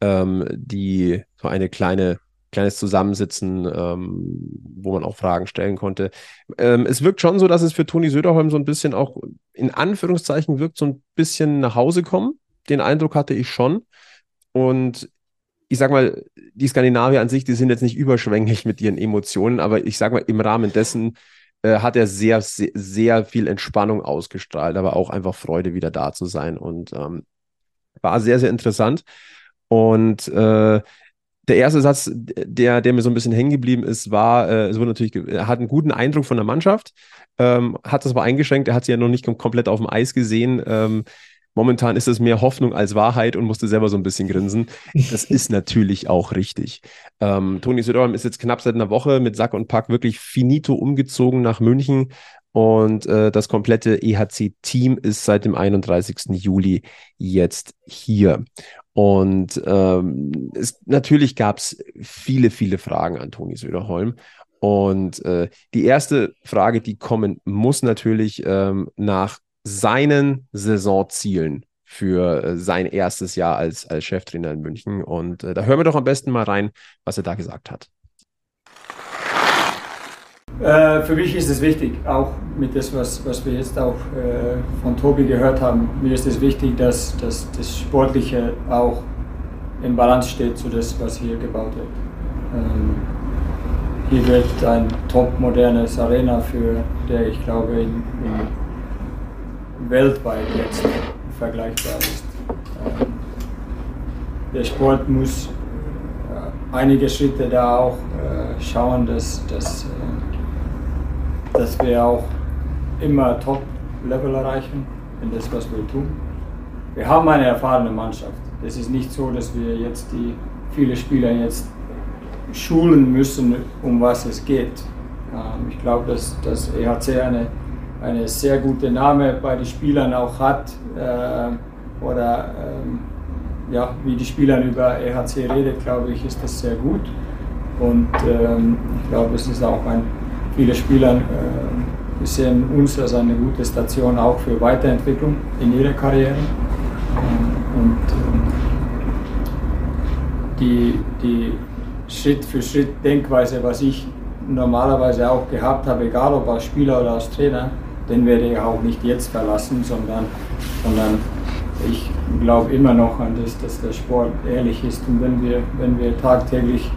[SPEAKER 2] so eine kleines Zusammensitzen, wo man auch Fragen stellen konnte. Es wirkt schon so, dass es für Toni Söderholm so ein bisschen auch in Anführungszeichen wirkt, so ein bisschen nach Hause kommen. Den Eindruck hatte ich schon. Und ich sag mal, die Skandinavier an sich, die sind jetzt nicht überschwänglich mit ihren Emotionen, aber ich sag mal, im Rahmen dessen hat er sehr, sehr, sehr viel Entspannung ausgestrahlt, aber auch einfach Freude, wieder da zu sein, und war sehr, sehr interessant. Und der erste Satz, der mir so ein bisschen hängen geblieben ist, war, es wurde natürlich, er hat einen guten Eindruck von der Mannschaft, hat das aber eingeschränkt, er hat sie ja noch nicht komplett auf dem Eis gesehen. Momentan ist es mehr Hoffnung als Wahrheit, und musste selber so ein bisschen grinsen. Das ist natürlich auch richtig. Toni Söderholm ist jetzt knapp seit einer Woche mit Sack und Pack wirklich finito umgezogen nach München, und das komplette EHC-Team ist seit dem 31. Juli jetzt hier. Und natürlich gab es viele, viele Fragen an Toni Söderholm. Und die erste Frage, die kommen muss, natürlich nach seinen Saisonzielen für sein erstes Jahr als Cheftrainer in München. Und da hören wir doch am besten mal rein, was er da gesagt hat.
[SPEAKER 5] Für mich ist es wichtig, auch mit dem, was wir jetzt auch von Tobi gehört haben, mir ist es wichtig, dass das Sportliche auch im Balance steht zu dem, was hier gebaut wird. Hier wird ein top-modernes Arena, für der ich glaube weltweit jetzt vergleichbar ist. Der Sport muss einige Schritte da auch schauen, dass wir auch immer Top-Level erreichen in das, was wir tun. Wir haben eine erfahrene Mannschaft. Es ist nicht so, dass wir jetzt viele Spieler jetzt schulen müssen, um was es geht. Ich glaube, dass EHC eine sehr gute Name bei den Spielern auch hat, wie die Spieler über EHC reden, glaube ich, ist das sehr gut. Und ich glaube, es ist auch viele Spieler sehen uns als eine gute Station auch für Weiterentwicklung in ihrer Karriere. Und die Schritt für Schritt Denkweise, was ich normalerweise auch gehabt habe, egal ob als Spieler oder als Trainer, den werde ich auch nicht jetzt verlassen, sondern ich glaube immer noch an das, dass der Sport ehrlich ist, und wenn wir tagtäglich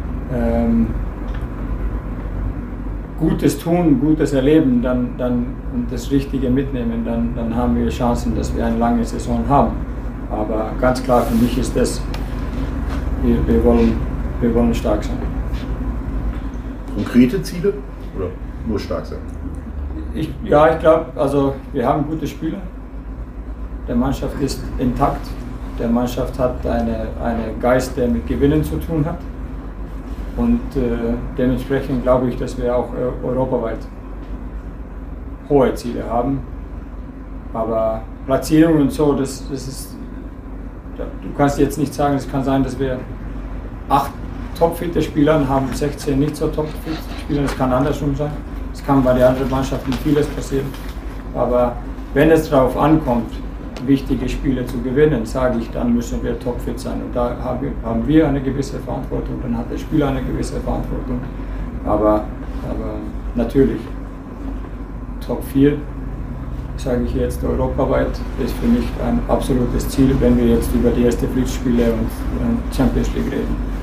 [SPEAKER 5] Gutes tun, Gutes erleben, und das Richtige mitnehmen, dann haben wir Chancen, dass wir eine lange Saison haben. Aber ganz klar für mich ist das, wir wollen stark sein.
[SPEAKER 6] Konkrete Ziele oder nur stark sein?
[SPEAKER 5] Ich glaube, also wir haben gute Spieler. Der Mannschaft ist intakt. der Mannschaft hat einen Geist, der mit Gewinnen zu tun hat. Und dementsprechend glaube ich, dass wir auch europaweit hohe Ziele haben. Aber Platzierung und so, das ist, du kannst jetzt nicht sagen, es kann sein, dass wir 8 topfitte Spieler haben, 16 nicht so topfitte Spieler, das kann andersrum sein. Es kann bei den anderen Mannschaften vieles passieren. Aber wenn es darauf ankommt, wichtige Spiele zu gewinnen, sage ich, dann müssen wir topfit sein. Und da haben wir eine gewisse Verantwortung, dann hat der Spieler eine gewisse Verantwortung. Aber natürlich, Top 4, sage ich jetzt europaweit, ist für mich ein absolutes Ziel, wenn wir jetzt über die ersten Pflichtspiele und Champions League reden.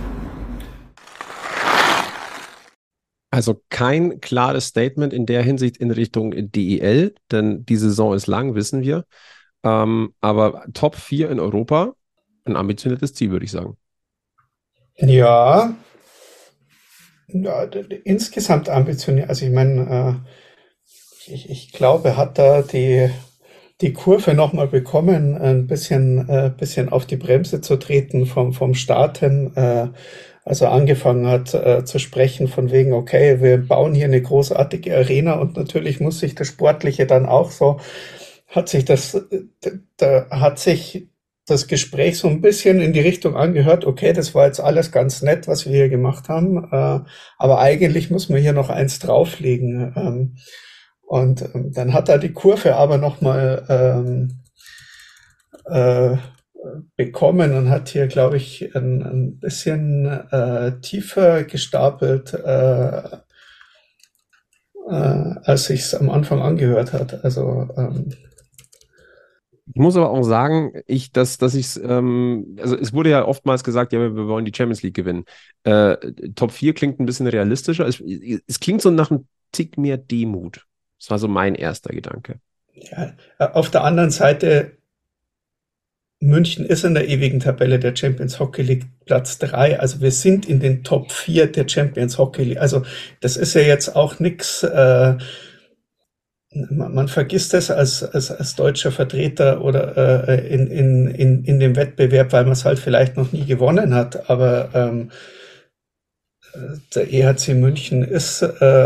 [SPEAKER 2] Also kein klares Statement in der Hinsicht in Richtung DEL, denn die Saison ist lang, wissen wir. Aber Top 4 in Europa, ein ambitioniertes Ziel, würde ich sagen.
[SPEAKER 3] Ja, insgesamt ambitioniert. Also ich meine, ich glaube, hat da die Kurve nochmal bekommen, ein bisschen auf die Bremse zu treten vom Start hin. Also angefangen hat zu sprechen von wegen, okay, wir bauen hier eine großartige Arena und natürlich muss sich das Sportliche dann auch so, hat sich das Gespräch so ein bisschen in die Richtung angehört, okay, das war jetzt alles ganz nett, was wir hier gemacht haben, aber eigentlich muss man hier noch eins drauflegen. Und dann hat er die Kurve aber nochmal bekommen und hat hier, glaube ich, ein bisschen tiefer gestapelt, als sich's am Anfang angehört hat. Also
[SPEAKER 2] ich muss aber auch sagen, also es wurde ja oftmals gesagt, ja, wir wollen die Champions League gewinnen. Top 4 klingt ein bisschen realistischer. Es klingt so nach einem Tick mehr Demut. Das war so mein erster Gedanke.
[SPEAKER 3] Ja, auf der anderen Seite, München ist in der ewigen Tabelle der Champions Hockey League Platz 3. Also wir sind in den Top 4 der Champions Hockey League. Also das ist ja jetzt auch nichts, man vergisst es als deutscher Vertreter oder in dem Wettbewerb, weil man es halt vielleicht noch nie gewonnen hat. Aber der EHC München ist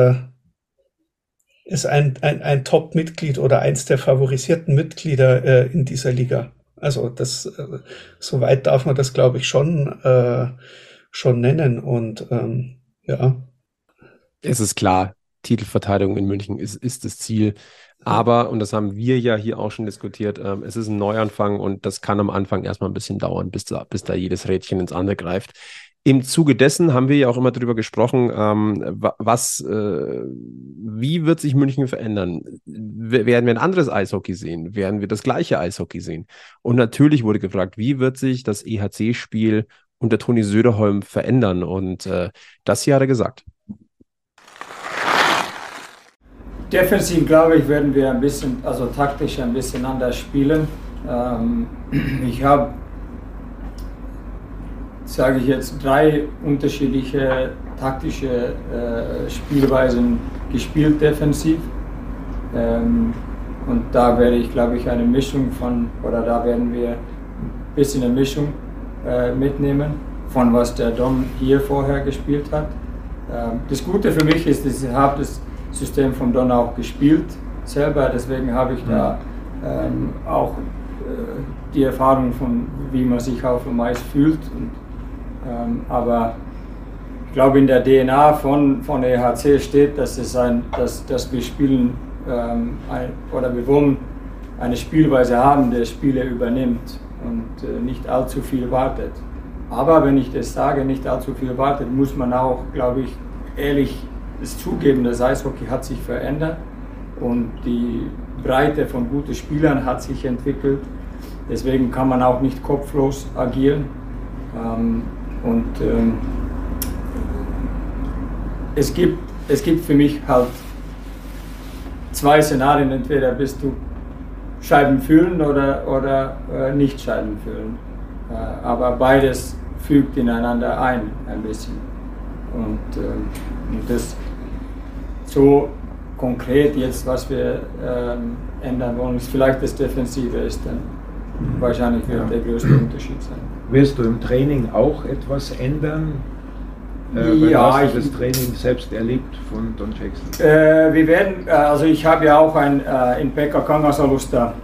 [SPEAKER 3] ein Top-Mitglied oder eins der favorisierten Mitglieder in dieser Liga. Also soweit darf man das, glaube ich, schon nennen. Und ja.
[SPEAKER 2] Es ist klar, Titelverteidigung in München ist das Ziel. Aber, und das haben wir ja hier auch schon diskutiert, es ist ein Neuanfang und das kann am Anfang erstmal ein bisschen dauern, bis da jedes Rädchen ins andere greift. Im Zuge dessen haben wir ja auch immer darüber gesprochen, wie wird sich München verändern? Werden wir ein anderes Eishockey sehen? Werden wir das gleiche Eishockey sehen? Und natürlich wurde gefragt, wie wird sich das EHC-Spiel unter Toni Söderholm verändern? Und das hier hat er gesagt.
[SPEAKER 5] Defensiv, glaube ich, werden wir taktisch ein bisschen anders spielen. Ich habe, sage ich jetzt, 3 unterschiedliche taktische Spielweisen gespielt defensiv. Und da werde ich, glaube ich, eine Mischung da werden wir ein bisschen eine Mischung mitnehmen von was der Dom hier vorher gespielt hat. Das Gute für mich ist, dass ich habe das System von Don auch gespielt selber, deswegen habe ich da auch die Erfahrung von, wie man sich auf dem Eis fühlt. Aber ich glaube, in der DNA von EHC steht, dass wir spielen oder wir wollen eine Spielweise haben, der Spiele übernimmt und nicht allzu viel wartet. Aber wenn ich das sage, nicht allzu viel wartet, muss man auch, glaube ich, ehrlich zugeben, das Eishockey hat sich verändert und die Breite von guten Spielern hat sich entwickelt. Deswegen kann man auch nicht kopflos agieren. Es gibt für mich halt 2 Szenarien, entweder bist du Scheiben fühlen oder nicht Scheiben fühlen. Aber beides fügt ineinander ein bisschen. Und das so konkret jetzt, was wir ändern wollen, ist vielleicht das Defensive ist dann wahrscheinlich wird der größte Unterschied sein.
[SPEAKER 7] Wirst du im Training auch etwas ändern?
[SPEAKER 5] Ja,
[SPEAKER 7] hast du das Training selbst erlebt von Don Jackson?
[SPEAKER 5] Wir werden, also ich habe ja auch in Pekka Kangasalusta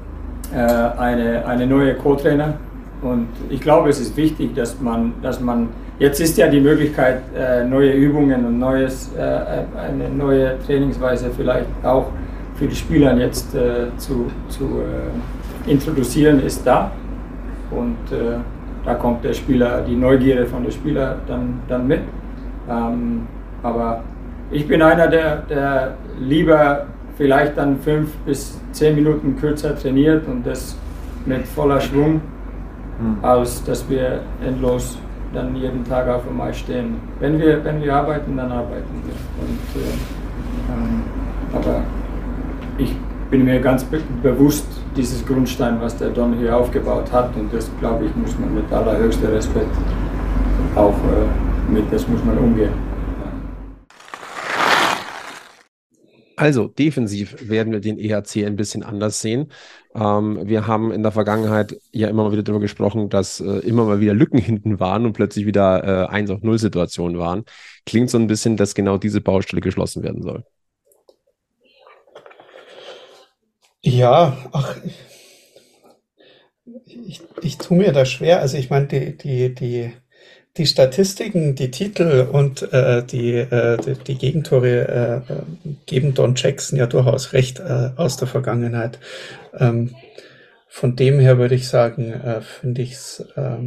[SPEAKER 5] eine neue Co-Trainer und ich glaube, es ist wichtig, dass man jetzt ist ja die Möglichkeit, neue Übungen und eine neue Trainingsweise vielleicht auch für die Spieler jetzt zu introduzieren, ist da und da kommt die Neugierde von der Spieler dann mit. Aber ich bin einer, der lieber vielleicht dann 5 bis 10 Minuten kürzer trainiert und das mit voller Schwung, als dass wir endlos dann jeden Tag auf dem Eis stehen. Wenn wir arbeiten, dann arbeiten wir. Aber ich bin mir ganz bewusst, dieses Grundstein, was der Don hier aufgebaut hat, und das, glaube ich, muss man mit allerhöchstem Respekt auch das muss man umgehen.
[SPEAKER 2] Also defensiv werden wir den EHC ein bisschen anders sehen. Wir haben in der Vergangenheit ja immer mal wieder darüber gesprochen, dass immer mal wieder Lücken hinten waren und plötzlich wieder 1-0 Situationen waren. Klingt so ein bisschen, dass genau diese Baustelle geschlossen werden soll.
[SPEAKER 3] Ja, ich tue mir das schwer. Also ich meine, die Statistiken, die Titel und die Gegentore geben Don Jackson ja durchaus recht aus der Vergangenheit. Von dem her würde ich sagen, finde ich es,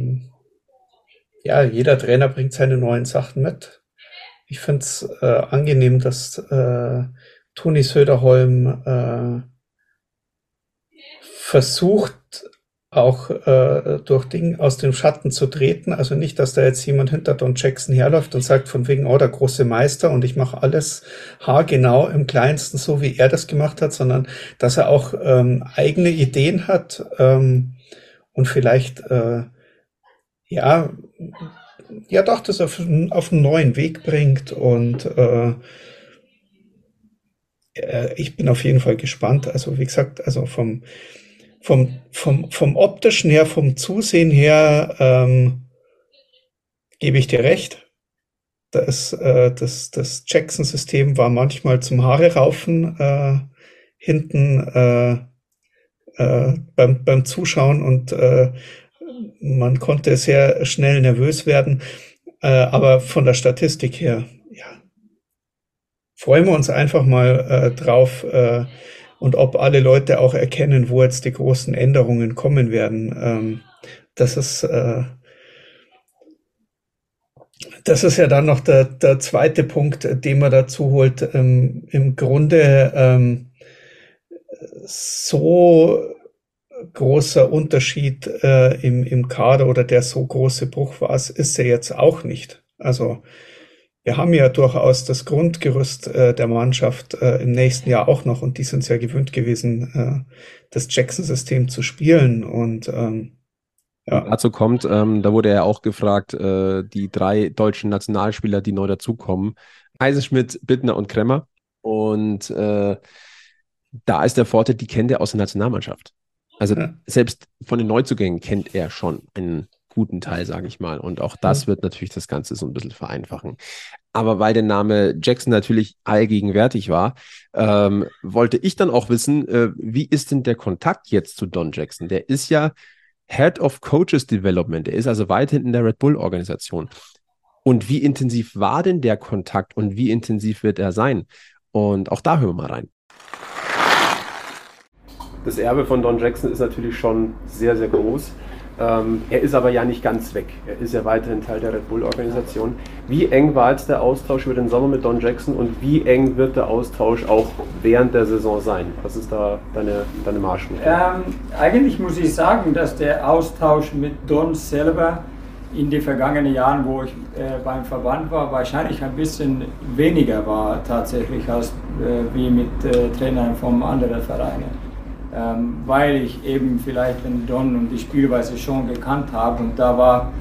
[SPEAKER 3] ja, jeder Trainer bringt seine neuen Sachen mit. Ich finde es angenehm, dass Toni Söderholm versucht, auch durch Dinge aus dem Schatten zu treten. Also nicht, dass da jetzt jemand hinter Don Jackson herläuft und sagt von wegen, oh, der große Meister und ich mache alles haargenau im Kleinsten, so wie er das gemacht hat, sondern dass er auch eigene Ideen hat und vielleicht ja doch das auf einen neuen Weg bringt und ich bin auf jeden Fall gespannt. Also wie gesagt, also vom optischen her, vom Zusehen her, gebe ich dir recht. Das Jackson-System war manchmal zum Haare raufen hinten beim Zuschauen und man konnte sehr schnell nervös werden. Aber von der Statistik her, ja, freuen wir uns einfach mal drauf, und ob alle Leute auch erkennen, wo jetzt die großen Änderungen kommen werden. Das ist ja dann noch der zweite Punkt, den man dazu holt. Im Grunde so großer Unterschied im Kader oder der so große Bruch war, ist er jetzt auch nicht. Also wir haben ja durchaus das Grundgerüst der Mannschaft im nächsten Jahr auch noch und die sind es ja gewöhnt gewesen, das Jackson-System zu spielen und ja.
[SPEAKER 2] Dazu kommt, da wurde ja auch gefragt, die 3 deutschen Nationalspieler, die neu dazukommen, Eisenschmidt, Bittner und Kremmer, und da ist der Vorteil, die kennt er aus der Nationalmannschaft. Also selbst von den Neuzugängen kennt er schon einen guten Teil, sage ich mal. Und auch das wird natürlich das Ganze so ein bisschen vereinfachen. Aber weil der Name Jackson natürlich allgegenwärtig war, wollte ich dann auch wissen, wie ist denn der Kontakt jetzt zu Don Jackson? Der ist ja Head of Coaches Development. Der ist also weiterhin in der Red Bull-Organisation. Und wie intensiv war denn der Kontakt und wie intensiv wird er sein? Und auch da hören wir mal rein. Das Erbe von Don Jackson ist natürlich schon sehr, sehr groß. Er ist aber ja nicht ganz weg. Er ist ja weiterhin Teil der Red Bull-Organisation. Wie eng war jetzt der Austausch über den Sommer mit Don Jackson und wie eng wird der Austausch auch während der Saison sein? Was ist da deine Marschroute?
[SPEAKER 5] Eigentlich muss ich sagen, dass der Austausch mit Don selber in den vergangenen Jahren, wo ich beim Verband war, wahrscheinlich ein bisschen weniger war tatsächlich als wie mit Trainern von anderen Vereinen. Weil ich eben vielleicht den Don und die Spielweise schon gekannt habe und da war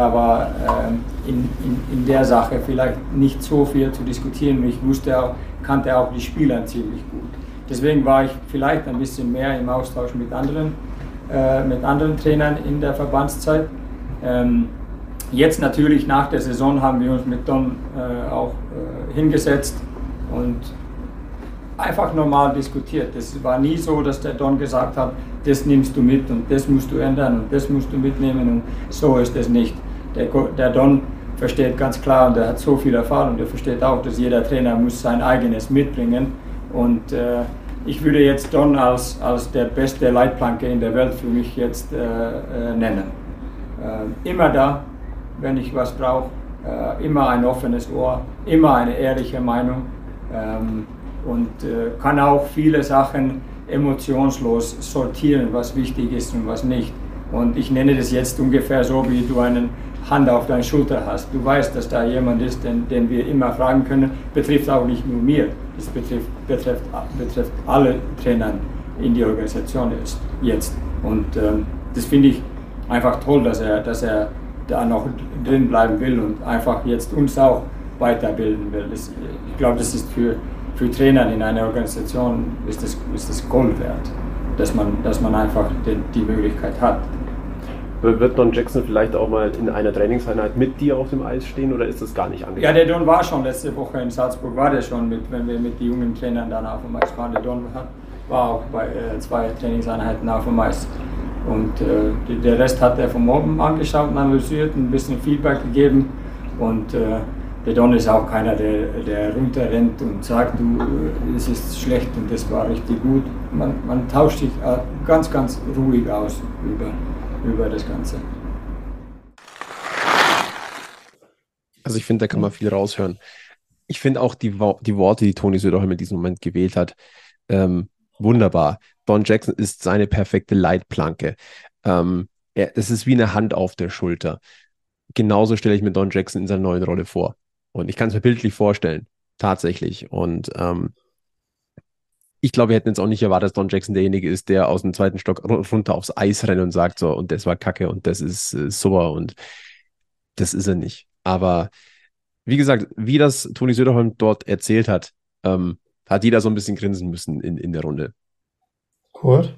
[SPEAKER 5] in der Sache vielleicht nicht so viel zu diskutieren und ich kannte auch die Spieler ziemlich gut. Deswegen war ich vielleicht ein bisschen mehr im Austausch mit anderen mit anderen Trainern in der Verbandszeit. Jetzt natürlich nach der Saison haben wir uns mit Don auch hingesetzt und einfach normal diskutiert. Es war nie so, dass der Don gesagt hat, das nimmst du mit und das musst du ändern und das musst du mitnehmen, und so ist es nicht. Der Don versteht ganz klar, und er hat so viel Erfahrung, der versteht auch, dass jeder Trainer muss sein eigenes mitbringen, und ich würde jetzt Don als der beste Leitplanke in der Welt für mich jetzt nennen. Immer da, wenn ich was brauche, immer ein offenes Ohr, immer eine ehrliche Meinung, und kann auch viele Sachen emotionslos sortieren, was wichtig ist und was nicht. Und ich nenne das jetzt ungefähr so, wie du eine Hand auf deiner Schulter hast. Du weißt, dass da jemand ist, den wir immer fragen können. Betrifft auch nicht nur mir, es betrifft alle Trainer in die Organisation jetzt. Und das finde ich einfach toll, dass er da noch drin bleiben will und einfach jetzt uns auch weiterbilden will. Ich glaube, das ist für Trainer in einer Organisation ist das Gold wert, dass man einfach die Möglichkeit hat.
[SPEAKER 2] Wird Don Jackson vielleicht auch mal in einer Trainingseinheit mit dir auf dem Eis stehen, oder ist das gar nicht angekommen?
[SPEAKER 5] Ja, der Don war schon letzte Woche in Salzburg, wenn wir mit den jungen Trainern dann auf dem Eis waren. Der Don war auch bei 2 Trainingseinheiten auf dem Eis. Und der Rest hat er vom oben angeschaut und analysiert, ein bisschen Feedback gegeben. Und der Don ist auch keiner, der runterrennt und sagt, du, es ist schlecht und das war richtig gut. Man tauscht sich ganz, ganz ruhig aus über das Ganze.
[SPEAKER 2] Also ich finde, da kann man viel raushören. Ich finde auch die Worte, die Toni Söderholm in diesem Moment gewählt hat, wunderbar. Don Jackson ist seine perfekte Leitplanke. Es ist wie eine Hand auf der Schulter. Genauso stelle ich mir Don Jackson in seiner neuen Rolle vor. Und ich kann es mir bildlich vorstellen, tatsächlich. Und ich glaube, wir hätten jetzt auch nicht erwartet, dass Don Jackson derjenige ist, der aus dem 2. Stock runter aufs Eis rennt und sagt, so, und das war Kacke und das ist super, und das ist er nicht. Aber wie gesagt, wie das Toni Söderholm dort erzählt hat, hat jeder so ein bisschen grinsen müssen in der Runde.
[SPEAKER 3] Gut.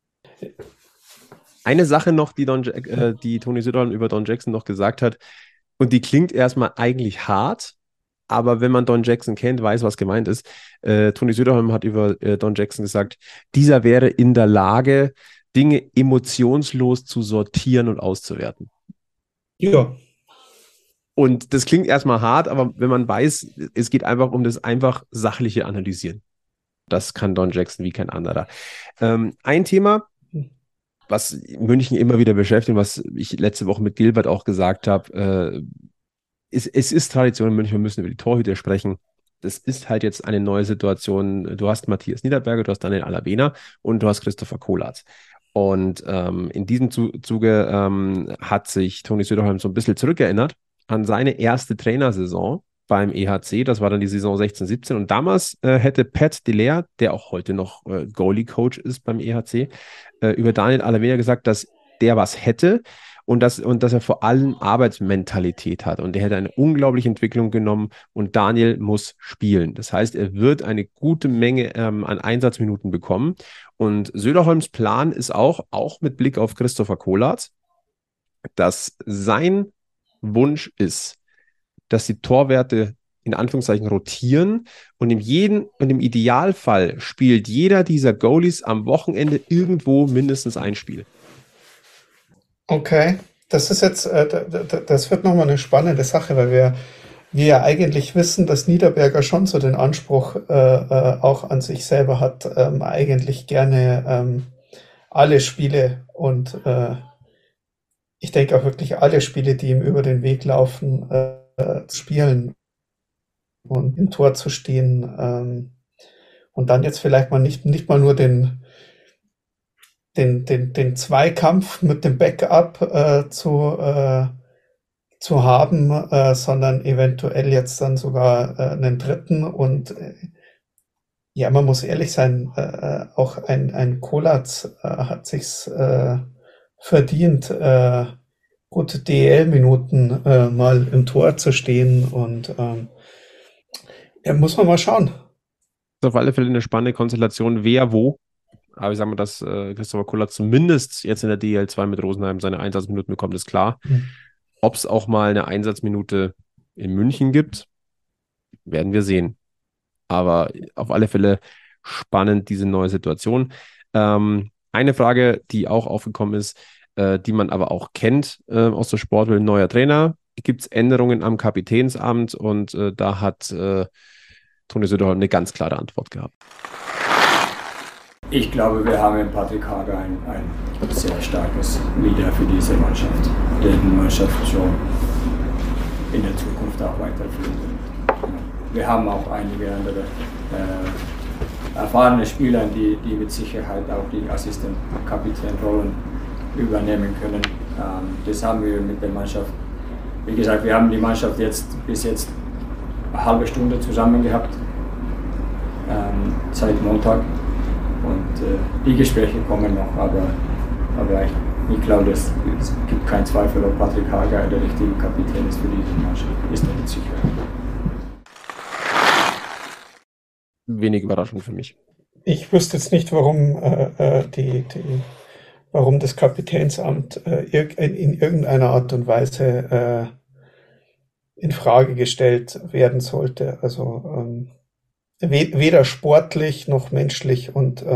[SPEAKER 2] Eine Sache noch, die Toni Söderholm über Don Jackson noch gesagt hat, und die klingt erstmal eigentlich hart, aber wenn man Don Jackson kennt, weiß, was gemeint ist. Toni Söderholm hat über Don Jackson gesagt, dieser wäre in der Lage, Dinge emotionslos zu sortieren und auszuwerten.
[SPEAKER 3] Ja.
[SPEAKER 2] Und das klingt erstmal hart, aber wenn man weiß, es geht einfach um das einfach sachliche Analysieren. Das kann Don Jackson wie kein anderer. Ein Thema, was München immer wieder beschäftigt, was ich letzte Woche mit Gilbert auch gesagt habe, es ist Tradition in München, wir müssen über die Torhüter sprechen. Das ist halt jetzt eine neue Situation. Du hast Matthias Niederberger, du hast Daniel Alavena und du hast Christopher Kolatz. Und in diesem Zuge hat sich Toni Söderholm so ein bisschen zurückerinnert an seine erste Trainersaison beim EHC. Das war dann die Saison 16/17. Und damals hätte Pat Delaire, der auch heute noch Goalie-Coach ist beim EHC, über Daniel Alavena gesagt, dass der was hätte und dass er vor allem Arbeitsmentalität hat. Und der hätte eine unglaubliche Entwicklung genommen und Daniel muss spielen. Das heißt, er wird eine gute Menge an Einsatzminuten bekommen. Und Söderholms Plan ist auch mit Blick auf Christopher Kolatz, dass sein Wunsch ist, dass die Torwerte in Anführungszeichen rotieren und im Idealfall spielt jeder dieser Goalies am Wochenende irgendwo mindestens ein Spiel.
[SPEAKER 3] Okay, das ist jetzt, das wird nochmal eine spannende Sache, weil wir ja eigentlich wissen, dass Niederberger schon so den Anspruch auch an sich selber hat, eigentlich gerne alle Spiele und ich denke auch wirklich alle Spiele, die ihm über den Weg laufen, zu spielen und im Tor zu stehen und dann jetzt vielleicht mal nicht mal nur den Zweikampf mit dem Backup zu haben, sondern eventuell jetzt dann sogar einen dritten und ja, man muss ehrlich sein, auch ein Kolatz hat sich's verdient, gute DEL-Minuten mal im Tor zu stehen und ja, muss man mal schauen.
[SPEAKER 2] Das ist auf alle Fälle eine spannende Konstellation, wer wo Aber ich sage mal, dass Christopher Kuller zumindest jetzt in der DL2 mit Rosenheim seine Einsatzminuten bekommt, ist klar. Ob es auch mal eine Einsatzminute in München gibt, werden wir sehen. Aber auf alle Fälle spannend, diese neue Situation. Eine Frage, die auch aufgekommen ist, die man aber auch kennt aus der Sportwelt, neuer Trainer. Gibt es Änderungen am Kapitänsamt? Und da hat Toni Söderholm eine ganz klare Antwort gehabt.
[SPEAKER 5] Ich glaube, wir haben in Patrick Hager ein sehr starkes Leader für diese Mannschaft, der die Mannschaft schon in der Zukunft auch weiterführen wird. Wir haben auch einige andere erfahrene Spieler, die mit Sicherheit auch die Assistentkapitänrollen übernehmen können. Das haben wir mit der Mannschaft. Wie gesagt, wir haben die Mannschaft bis jetzt eine halbe Stunde zusammen gehabt, seit Montag. Und die Gespräche kommen noch, aber ich glaube, es gibt keinen Zweifel, ob Patrick Hager der richtige Kapitän ist für diese Mannschaft. Ist mir nicht sicher.
[SPEAKER 2] Wenig überraschend für mich.
[SPEAKER 3] Ich wüsste jetzt nicht, warum warum das Kapitänsamt in irgendeiner Art und Weise in Frage gestellt werden sollte. Also weder sportlich noch menschlich, und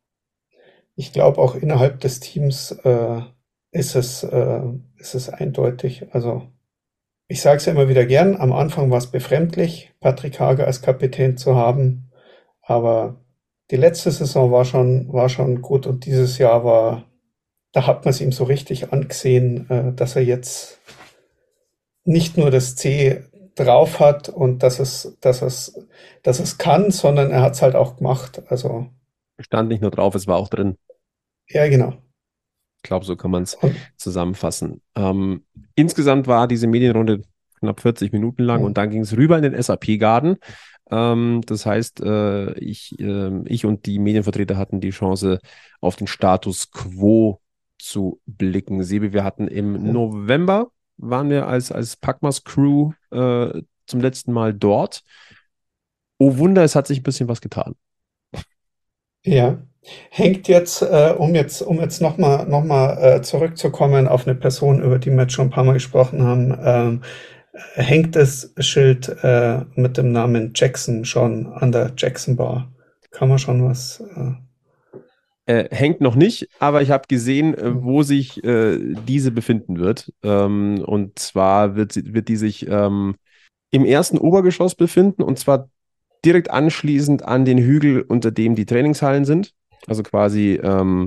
[SPEAKER 3] ich glaube auch innerhalb des Teams ist es eindeutig. Also ich sage es ja immer wieder gern, am Anfang war es befremdlich, Patrick Hager als Kapitän zu haben, aber die letzte Saison war schon gut, und dieses Jahr da hat man es ihm so richtig angesehen, dass er jetzt nicht nur das C drauf hat und dass es kann, sondern er hat es halt auch gemacht. Also
[SPEAKER 2] Stand nicht nur drauf, es war auch drin.
[SPEAKER 3] ja, genau.
[SPEAKER 2] Ich glaube, so kann man es zusammenfassen. Insgesamt war diese Medienrunde knapp 40 Minuten lang und dann ging es rüber in den SAP-Garden. Das heißt, ich und die Medienvertreter hatten die Chance, auf den Status Quo zu blicken. Sebi, wir hatten im November, waren wir als Packmas Crew zum letzten Mal dort. Oh Wunder, es hat sich ein bisschen was getan.
[SPEAKER 3] Ja, hängt jetzt, um jetzt nochmal zurückzukommen auf eine Person, über die wir jetzt schon ein paar Mal gesprochen haben, hängt das Schild mit dem Namen Jackson schon an der Jackson Bar? Kann man schon was...
[SPEAKER 2] Hängt noch nicht, aber ich habe gesehen, wo sich diese befinden wird. Und zwar wird die sich im ersten Obergeschoss befinden, und zwar direkt anschließend an den Hügel, unter dem die Trainingshallen sind. Also quasi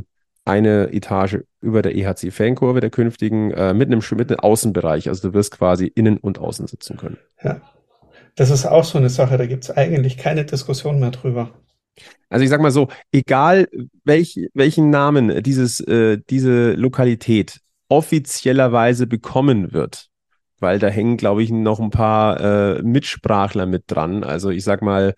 [SPEAKER 2] eine Etage über der EHC-Fankurve, der künftigen, mit einem Außenbereich. Also du wirst quasi innen und außen sitzen können.
[SPEAKER 3] Ja, das ist auch so eine Sache, da gibt es eigentlich keine Diskussion mehr drüber.
[SPEAKER 2] Also ich sag mal so, egal welchen Namen diese Lokalität offiziellerweise bekommen wird, weil da hängen, glaube ich, noch ein paar Mitsprachler mit dran. Also ich sag mal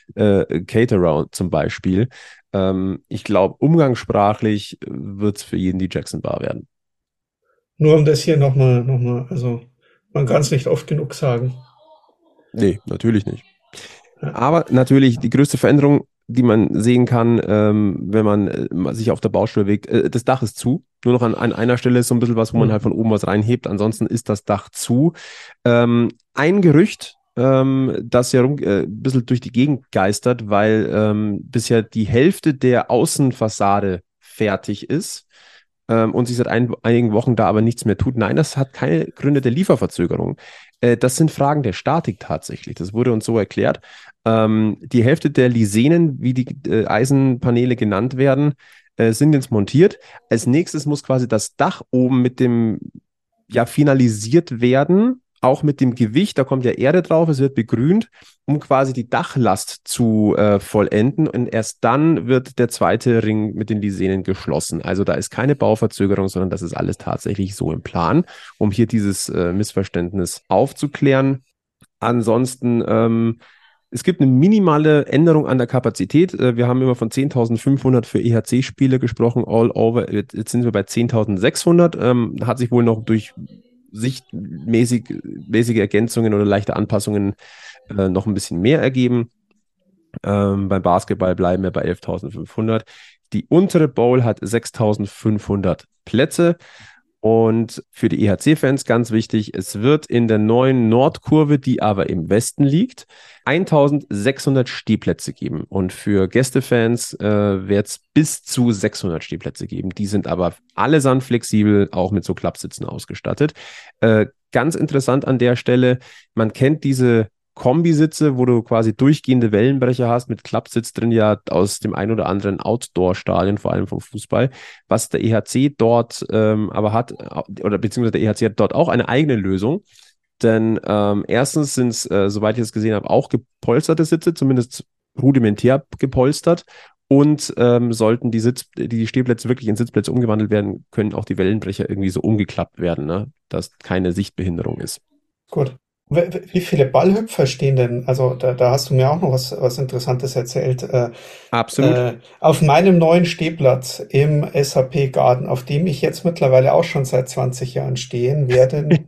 [SPEAKER 2] Caterer zum Beispiel. Ich glaube, umgangssprachlich wird es für jeden die Jackson Bar werden.
[SPEAKER 3] Nur um das hier nochmal, also man kann es nicht oft genug sagen.
[SPEAKER 2] Nee, natürlich nicht. Aber natürlich die größte Veränderung, die man sehen kann, wenn man sich auf der Baustelle bewegt, das Dach ist zu. Nur noch an einer Stelle ist so ein bisschen was, wo man halt von oben was reinhebt. Ansonsten ist das Dach zu. Ein Gerücht, das ja ein bisschen durch die Gegend geistert, weil bisher die Hälfte der Außenfassade fertig ist und sich seit einigen Wochen da aber nichts mehr tut. Nein, das hat keine Gründe der Lieferverzögerung. Das sind Fragen der Statik tatsächlich. Das wurde uns so erklärt. Die Hälfte der Lisenen, wie die Eisenpaneele genannt werden, sind jetzt montiert. Als nächstes muss quasi das Dach oben mit dem, finalisiert werden, auch mit dem Gewicht. Da kommt ja Erde drauf, es wird begrünt, um quasi die Dachlast zu vollenden. Und erst dann wird der zweite Ring mit den Lisenen geschlossen. Also da ist keine Bauverzögerung, sondern das ist alles tatsächlich so im Plan, um hier dieses Missverständnis aufzuklären. Ansonsten es gibt eine minimale Änderung an der Kapazität. Wir haben immer von 10.500 für EHC-Spiele gesprochen, all over. Jetzt sind wir bei 10.600. Hat sich wohl noch durch sichtmäßige Ergänzungen oder leichte Anpassungen noch ein bisschen mehr ergeben. Beim Basketball bleiben wir bei 11.500. Die untere Bowl hat 6.500 Plätze. Und für die EHC-Fans ganz wichtig, es wird in der neuen Nordkurve, die aber im Westen liegt, 1.600 Stehplätze geben. Und für Gästefans wird es bis zu 600 Stehplätze geben. Die sind aber allesamt flexibel, auch mit so Klappsitzen ausgestattet. Ganz interessant an der Stelle, man kennt diese Kombisitze, wo du quasi durchgehende Wellenbrecher hast, mit Klappsitz drin, ja aus dem ein oder anderen Outdoor-Stadion, vor allem vom Fußball, was der EHC dort aber hat, oder beziehungsweise der EHC hat dort auch eine eigene Lösung, denn erstens sind es, soweit ich es gesehen habe, auch gepolsterte Sitze, zumindest rudimentär gepolstert, und sollten die Stehplätze wirklich in Sitzplätze umgewandelt werden, können auch die Wellenbrecher irgendwie so umgeklappt werden, ne? Dass keine Sichtbehinderung ist.
[SPEAKER 3] Gut. Wie viele Ballhüpfer stehen denn? Also da hast du mir auch noch was Interessantes erzählt.
[SPEAKER 2] Absolut.
[SPEAKER 3] Auf meinem neuen Stehplatz im SAP Garden, auf dem ich jetzt mittlerweile auch schon seit 20 Jahren stehen werde,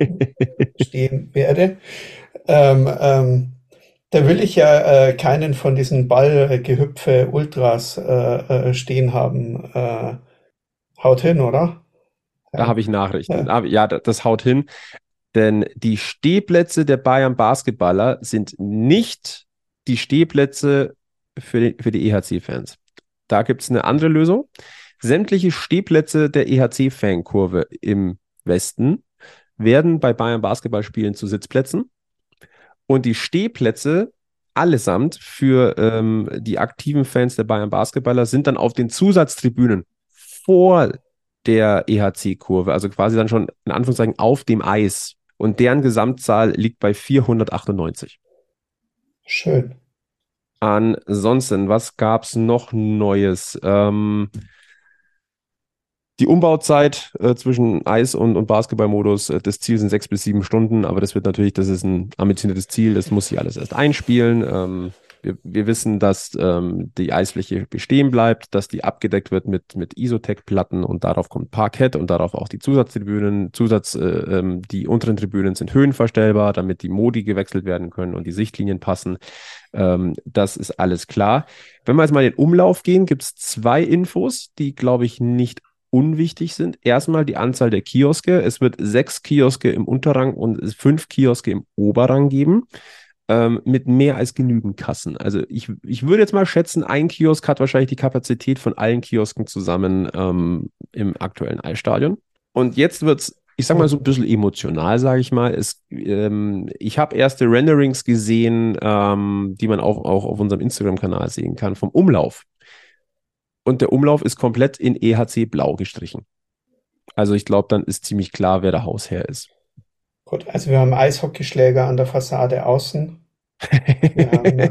[SPEAKER 3] da will ich ja keinen von diesen Ballgehüpfe Ultras stehen haben. Haut hin, oder?
[SPEAKER 2] Da habe ich Nachrichten. Ja, das haut hin. Denn die Stehplätze der Bayern Basketballer sind nicht die Stehplätze für die EHC-Fans. Da gibt es eine andere Lösung. Sämtliche Stehplätze der EHC-Fankurve im Westen werden bei Bayern Basketballspielen zu Sitzplätzen. Und die Stehplätze allesamt für die aktiven Fans der Bayern Basketballer sind dann auf den Zusatztribünen vor der EHC-Kurve, also quasi dann schon in Anführungszeichen auf dem Eis. Und deren Gesamtzahl liegt bei 498.
[SPEAKER 3] Schön.
[SPEAKER 2] Ansonsten, was gab es noch Neues? Die Umbauzeit zwischen Eis- und Basketballmodus, das Ziel sind 6 bis 7 Stunden, aber das ist ein ambitioniertes Ziel, das muss sich alles erst einspielen. Wir wissen, dass die Eisfläche bestehen bleibt, dass die abgedeckt wird mit Isotec-Platten und darauf kommt Parkett und darauf auch die Zusatztribünen. Die unteren Tribünen sind höhenverstellbar, damit die Modi gewechselt werden können und die Sichtlinien passen. Das ist alles klar. Wenn wir jetzt mal in den Umlauf gehen, gibt es 2 Infos, die, glaube ich, nicht unwichtig sind. Erstmal die Anzahl der Kioske. Es wird 6 Kioske im Unterrang und 5 Kioske im Oberrang geben. Mit mehr als genügend Kassen. Also ich würde jetzt mal schätzen, ein Kiosk hat wahrscheinlich die Kapazität von allen Kiosken zusammen im aktuellen Eisstadion. Und jetzt wird es, ich sag mal so ein bisschen emotional, sage ich mal. Ich habe erste Renderings gesehen, die man auch auf unserem Instagram-Kanal sehen kann, vom Umlauf. Und der Umlauf ist komplett in EHC blau gestrichen. Also ich glaube, dann ist ziemlich klar, wer der Hausherr ist.
[SPEAKER 3] Gut, also wir haben Eishockeyschläger an der Fassade außen. Wir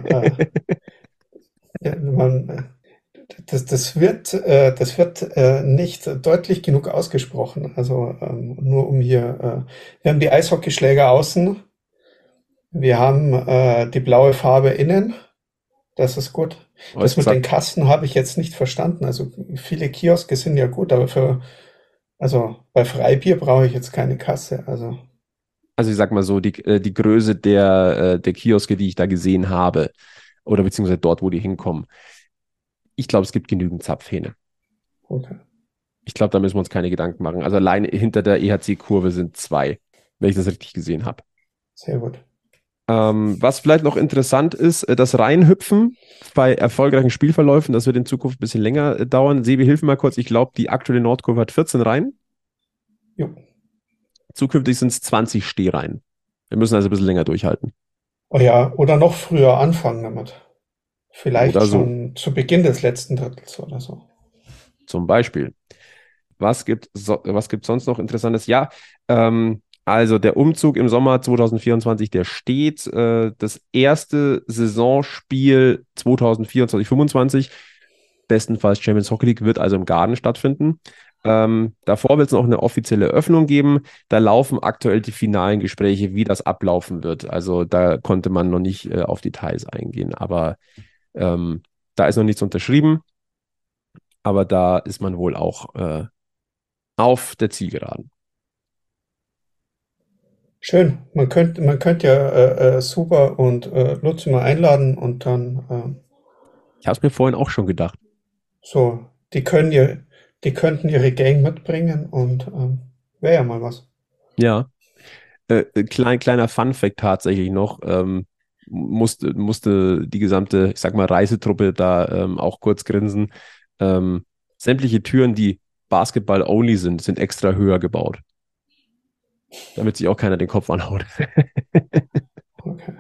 [SPEAKER 3] haben, das wird nicht deutlich genug ausgesprochen. Also nur um hier, wir haben die Eishockeyschläger außen. Wir haben die blaue Farbe innen. Das ist gut. Das mit den Kasten habe ich jetzt nicht verstanden. Also viele Kioske sind ja gut, aber bei Freibier brauche ich jetzt keine Kasse.
[SPEAKER 2] Also ich sag mal so, die Größe der Kioske, die ich da gesehen habe, oder beziehungsweise dort, wo die hinkommen, ich glaube, es gibt genügend Zapfhähne.
[SPEAKER 3] Okay.
[SPEAKER 2] Ich glaube, da müssen wir uns keine Gedanken machen. Also allein hinter der EHC-Kurve sind 2, wenn ich das richtig gesehen habe.
[SPEAKER 3] Sehr gut.
[SPEAKER 2] Was vielleicht noch interessant ist, das Reinhüpfen bei erfolgreichen Spielverläufen, das wird in Zukunft ein bisschen länger dauern. Sebi, hilf mir mal kurz. Ich glaube, die aktuelle Nordkurve hat 14 Reihen.
[SPEAKER 3] Jo.
[SPEAKER 2] Zukünftig sind es 20 Stehreihen. Wir müssen also ein bisschen länger durchhalten.
[SPEAKER 3] Oh ja, oder noch früher anfangen damit. Vielleicht
[SPEAKER 2] oder
[SPEAKER 3] schon zu Beginn des letzten Drittels oder so.
[SPEAKER 2] Zum Beispiel. Was gibt sonst noch Interessantes? Ja, also der Umzug im Sommer 2024, der steht. Das erste Saisonspiel 2024-25, bestenfalls Champions Hockey League, wird also im Garden stattfinden. Davor wird es noch eine offizielle Öffnung geben. Da laufen aktuell die finalen Gespräche, wie das ablaufen wird. Also da konnte man noch nicht auf Details eingehen, aber da ist noch nichts unterschrieben. Aber da ist man wohl auch auf der Zielgeraden.
[SPEAKER 3] Schön. Man könnte ja Super und Lutz mal einladen und dann.
[SPEAKER 2] Ich habe es mir vorhin auch schon gedacht.
[SPEAKER 3] So, die könnten ihre Gang mitbringen und wäre ja mal was.
[SPEAKER 2] Ja. Kleiner Fun-Fact tatsächlich noch. Musste die gesamte, ich sag mal, Reisetruppe da auch kurz grinsen. Sämtliche Türen, die Basketball-only sind extra höher gebaut. Damit sich auch keiner den Kopf anhaut.
[SPEAKER 3] Okay.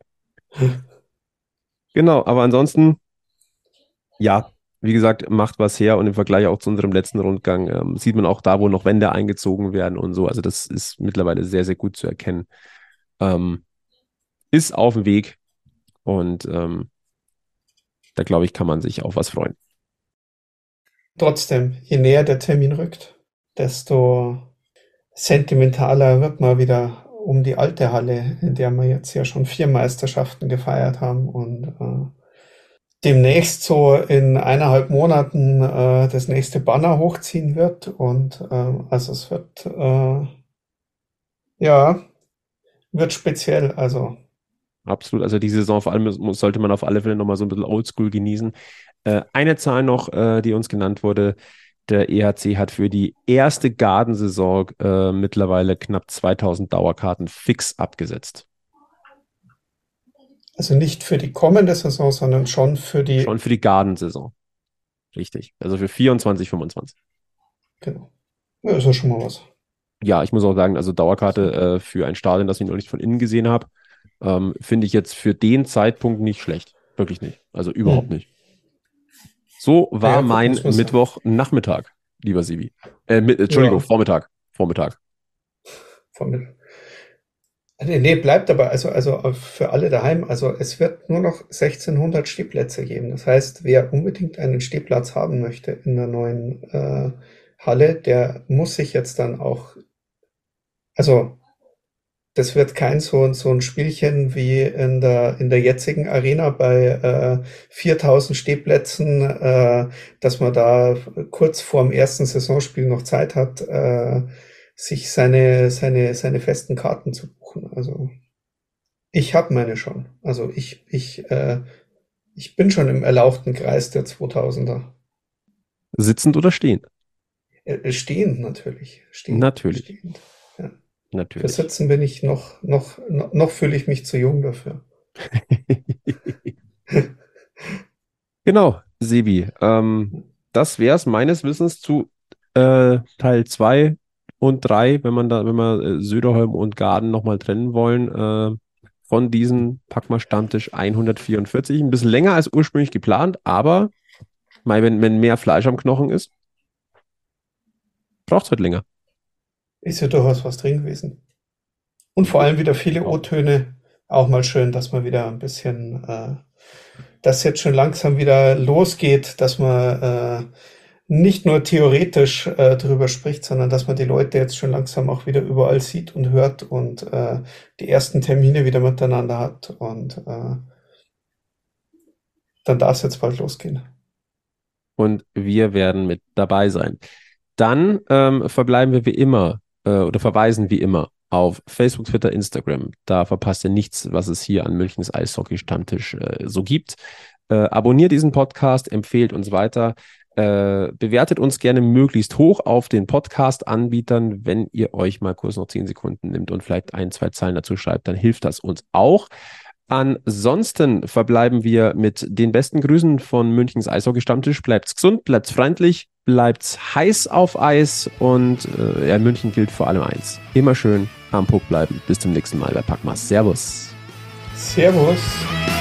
[SPEAKER 2] Genau, aber ansonsten, ja, wie gesagt, macht was her und im Vergleich auch zu unserem letzten Rundgang sieht man auch da, wo noch Wände eingezogen werden und so. Also das ist mittlerweile sehr, sehr gut zu erkennen. Ist auf dem Weg und da glaube ich, kann man sich auf was freuen.
[SPEAKER 3] Trotzdem, je näher der Termin rückt, desto sentimentaler wird man wieder um die alte Halle, in der wir jetzt ja schon 4 Meisterschaften gefeiert haben und demnächst so in 1,5 Monaten das nächste Banner hochziehen wird. Und also es wird wird speziell. Also
[SPEAKER 2] Absolut, also die Saison vor allem sollte man auf alle Fälle nochmal so ein bisschen oldschool genießen. Eine Zahl noch, die uns genannt wurde, der EHC hat für die erste Gardensaison mittlerweile knapp 2000 Dauerkarten fix abgesetzt.
[SPEAKER 3] Also nicht für die kommende Saison, sondern schon für die...
[SPEAKER 2] Schon für die Gardensaison. Richtig, also für 24, 25.
[SPEAKER 3] Genau. Ja, ist ja schon mal was.
[SPEAKER 2] Ja, ich muss auch sagen, also Dauerkarte für ein Stadion, das ich noch nicht von innen gesehen habe, finde ich jetzt für den Zeitpunkt nicht schlecht. Wirklich nicht. Also überhaupt nicht. So war mein Mittwochnachmittag, lieber Sibi. Entschuldigung, Vormittag.
[SPEAKER 3] Nee, bleibt dabei. Also für alle daheim. Also es wird nur noch 1600 Stehplätze geben. Das heißt, wer unbedingt einen Stehplatz haben möchte in der neuen Halle, der muss sich jetzt dann auch... Also das wird kein so ein Spielchen wie in der jetzigen Arena bei 4000 Stehplätzen, dass man da kurz vorm ersten Saisonspiel noch Zeit hat, sich seine festen Karten zu buchen. Also ich habe meine schon. Also ich bin schon im erlauchten Kreis der 2000er.
[SPEAKER 2] Sitzend oder stehend?
[SPEAKER 3] Stehend natürlich.
[SPEAKER 2] Natürlich.
[SPEAKER 3] Stehend. Ja.
[SPEAKER 2] Natürlich.
[SPEAKER 3] Für Sitzen bin ich noch fühle ich mich zu jung dafür.
[SPEAKER 2] Genau, Sebi. Das wäre es meines Wissens zu Teil 2 und 3, wenn wir Söderholm und Garden nochmal trennen wollen, von diesem Packma Stammtisch 144. Ein bisschen länger als ursprünglich geplant, aber wenn mehr Fleisch am Knochen ist, braucht es halt länger.
[SPEAKER 3] Ist ja durchaus was drin gewesen. Und vor allem wieder viele O-Töne. Auch mal schön, dass man wieder ein bisschen, dass jetzt schon langsam wieder losgeht, dass man nicht nur theoretisch drüber spricht, sondern dass man die Leute jetzt schon langsam auch wieder überall sieht und hört und die ersten Termine wieder miteinander hat. Und dann darf es jetzt bald losgehen.
[SPEAKER 2] Und wir werden mit dabei sein. Dann verbleiben wir wie immer oder verweisen wie immer auf Facebook, Twitter, Instagram. Da verpasst ihr nichts, was es hier an Münchens Eishockey-Stammtisch so gibt. Abonniert diesen Podcast, empfehlt uns weiter. Bewertet uns gerne möglichst hoch auf den Podcast-Anbietern. Wenn ihr euch mal kurz noch 10 Sekunden nimmt und vielleicht 1, 2 Zeilen dazu schreibt, dann hilft das uns auch. Ansonsten verbleiben wir mit den besten Grüßen von Münchens Eishockey-Stammtisch. Bleibt's gesund, bleibt's freundlich, bleibt's heiß auf Eis und in München gilt vor allem eins. Immer schön am Puck bleiben. Bis zum nächsten Mal bei Packmas. Servus.
[SPEAKER 3] Servus.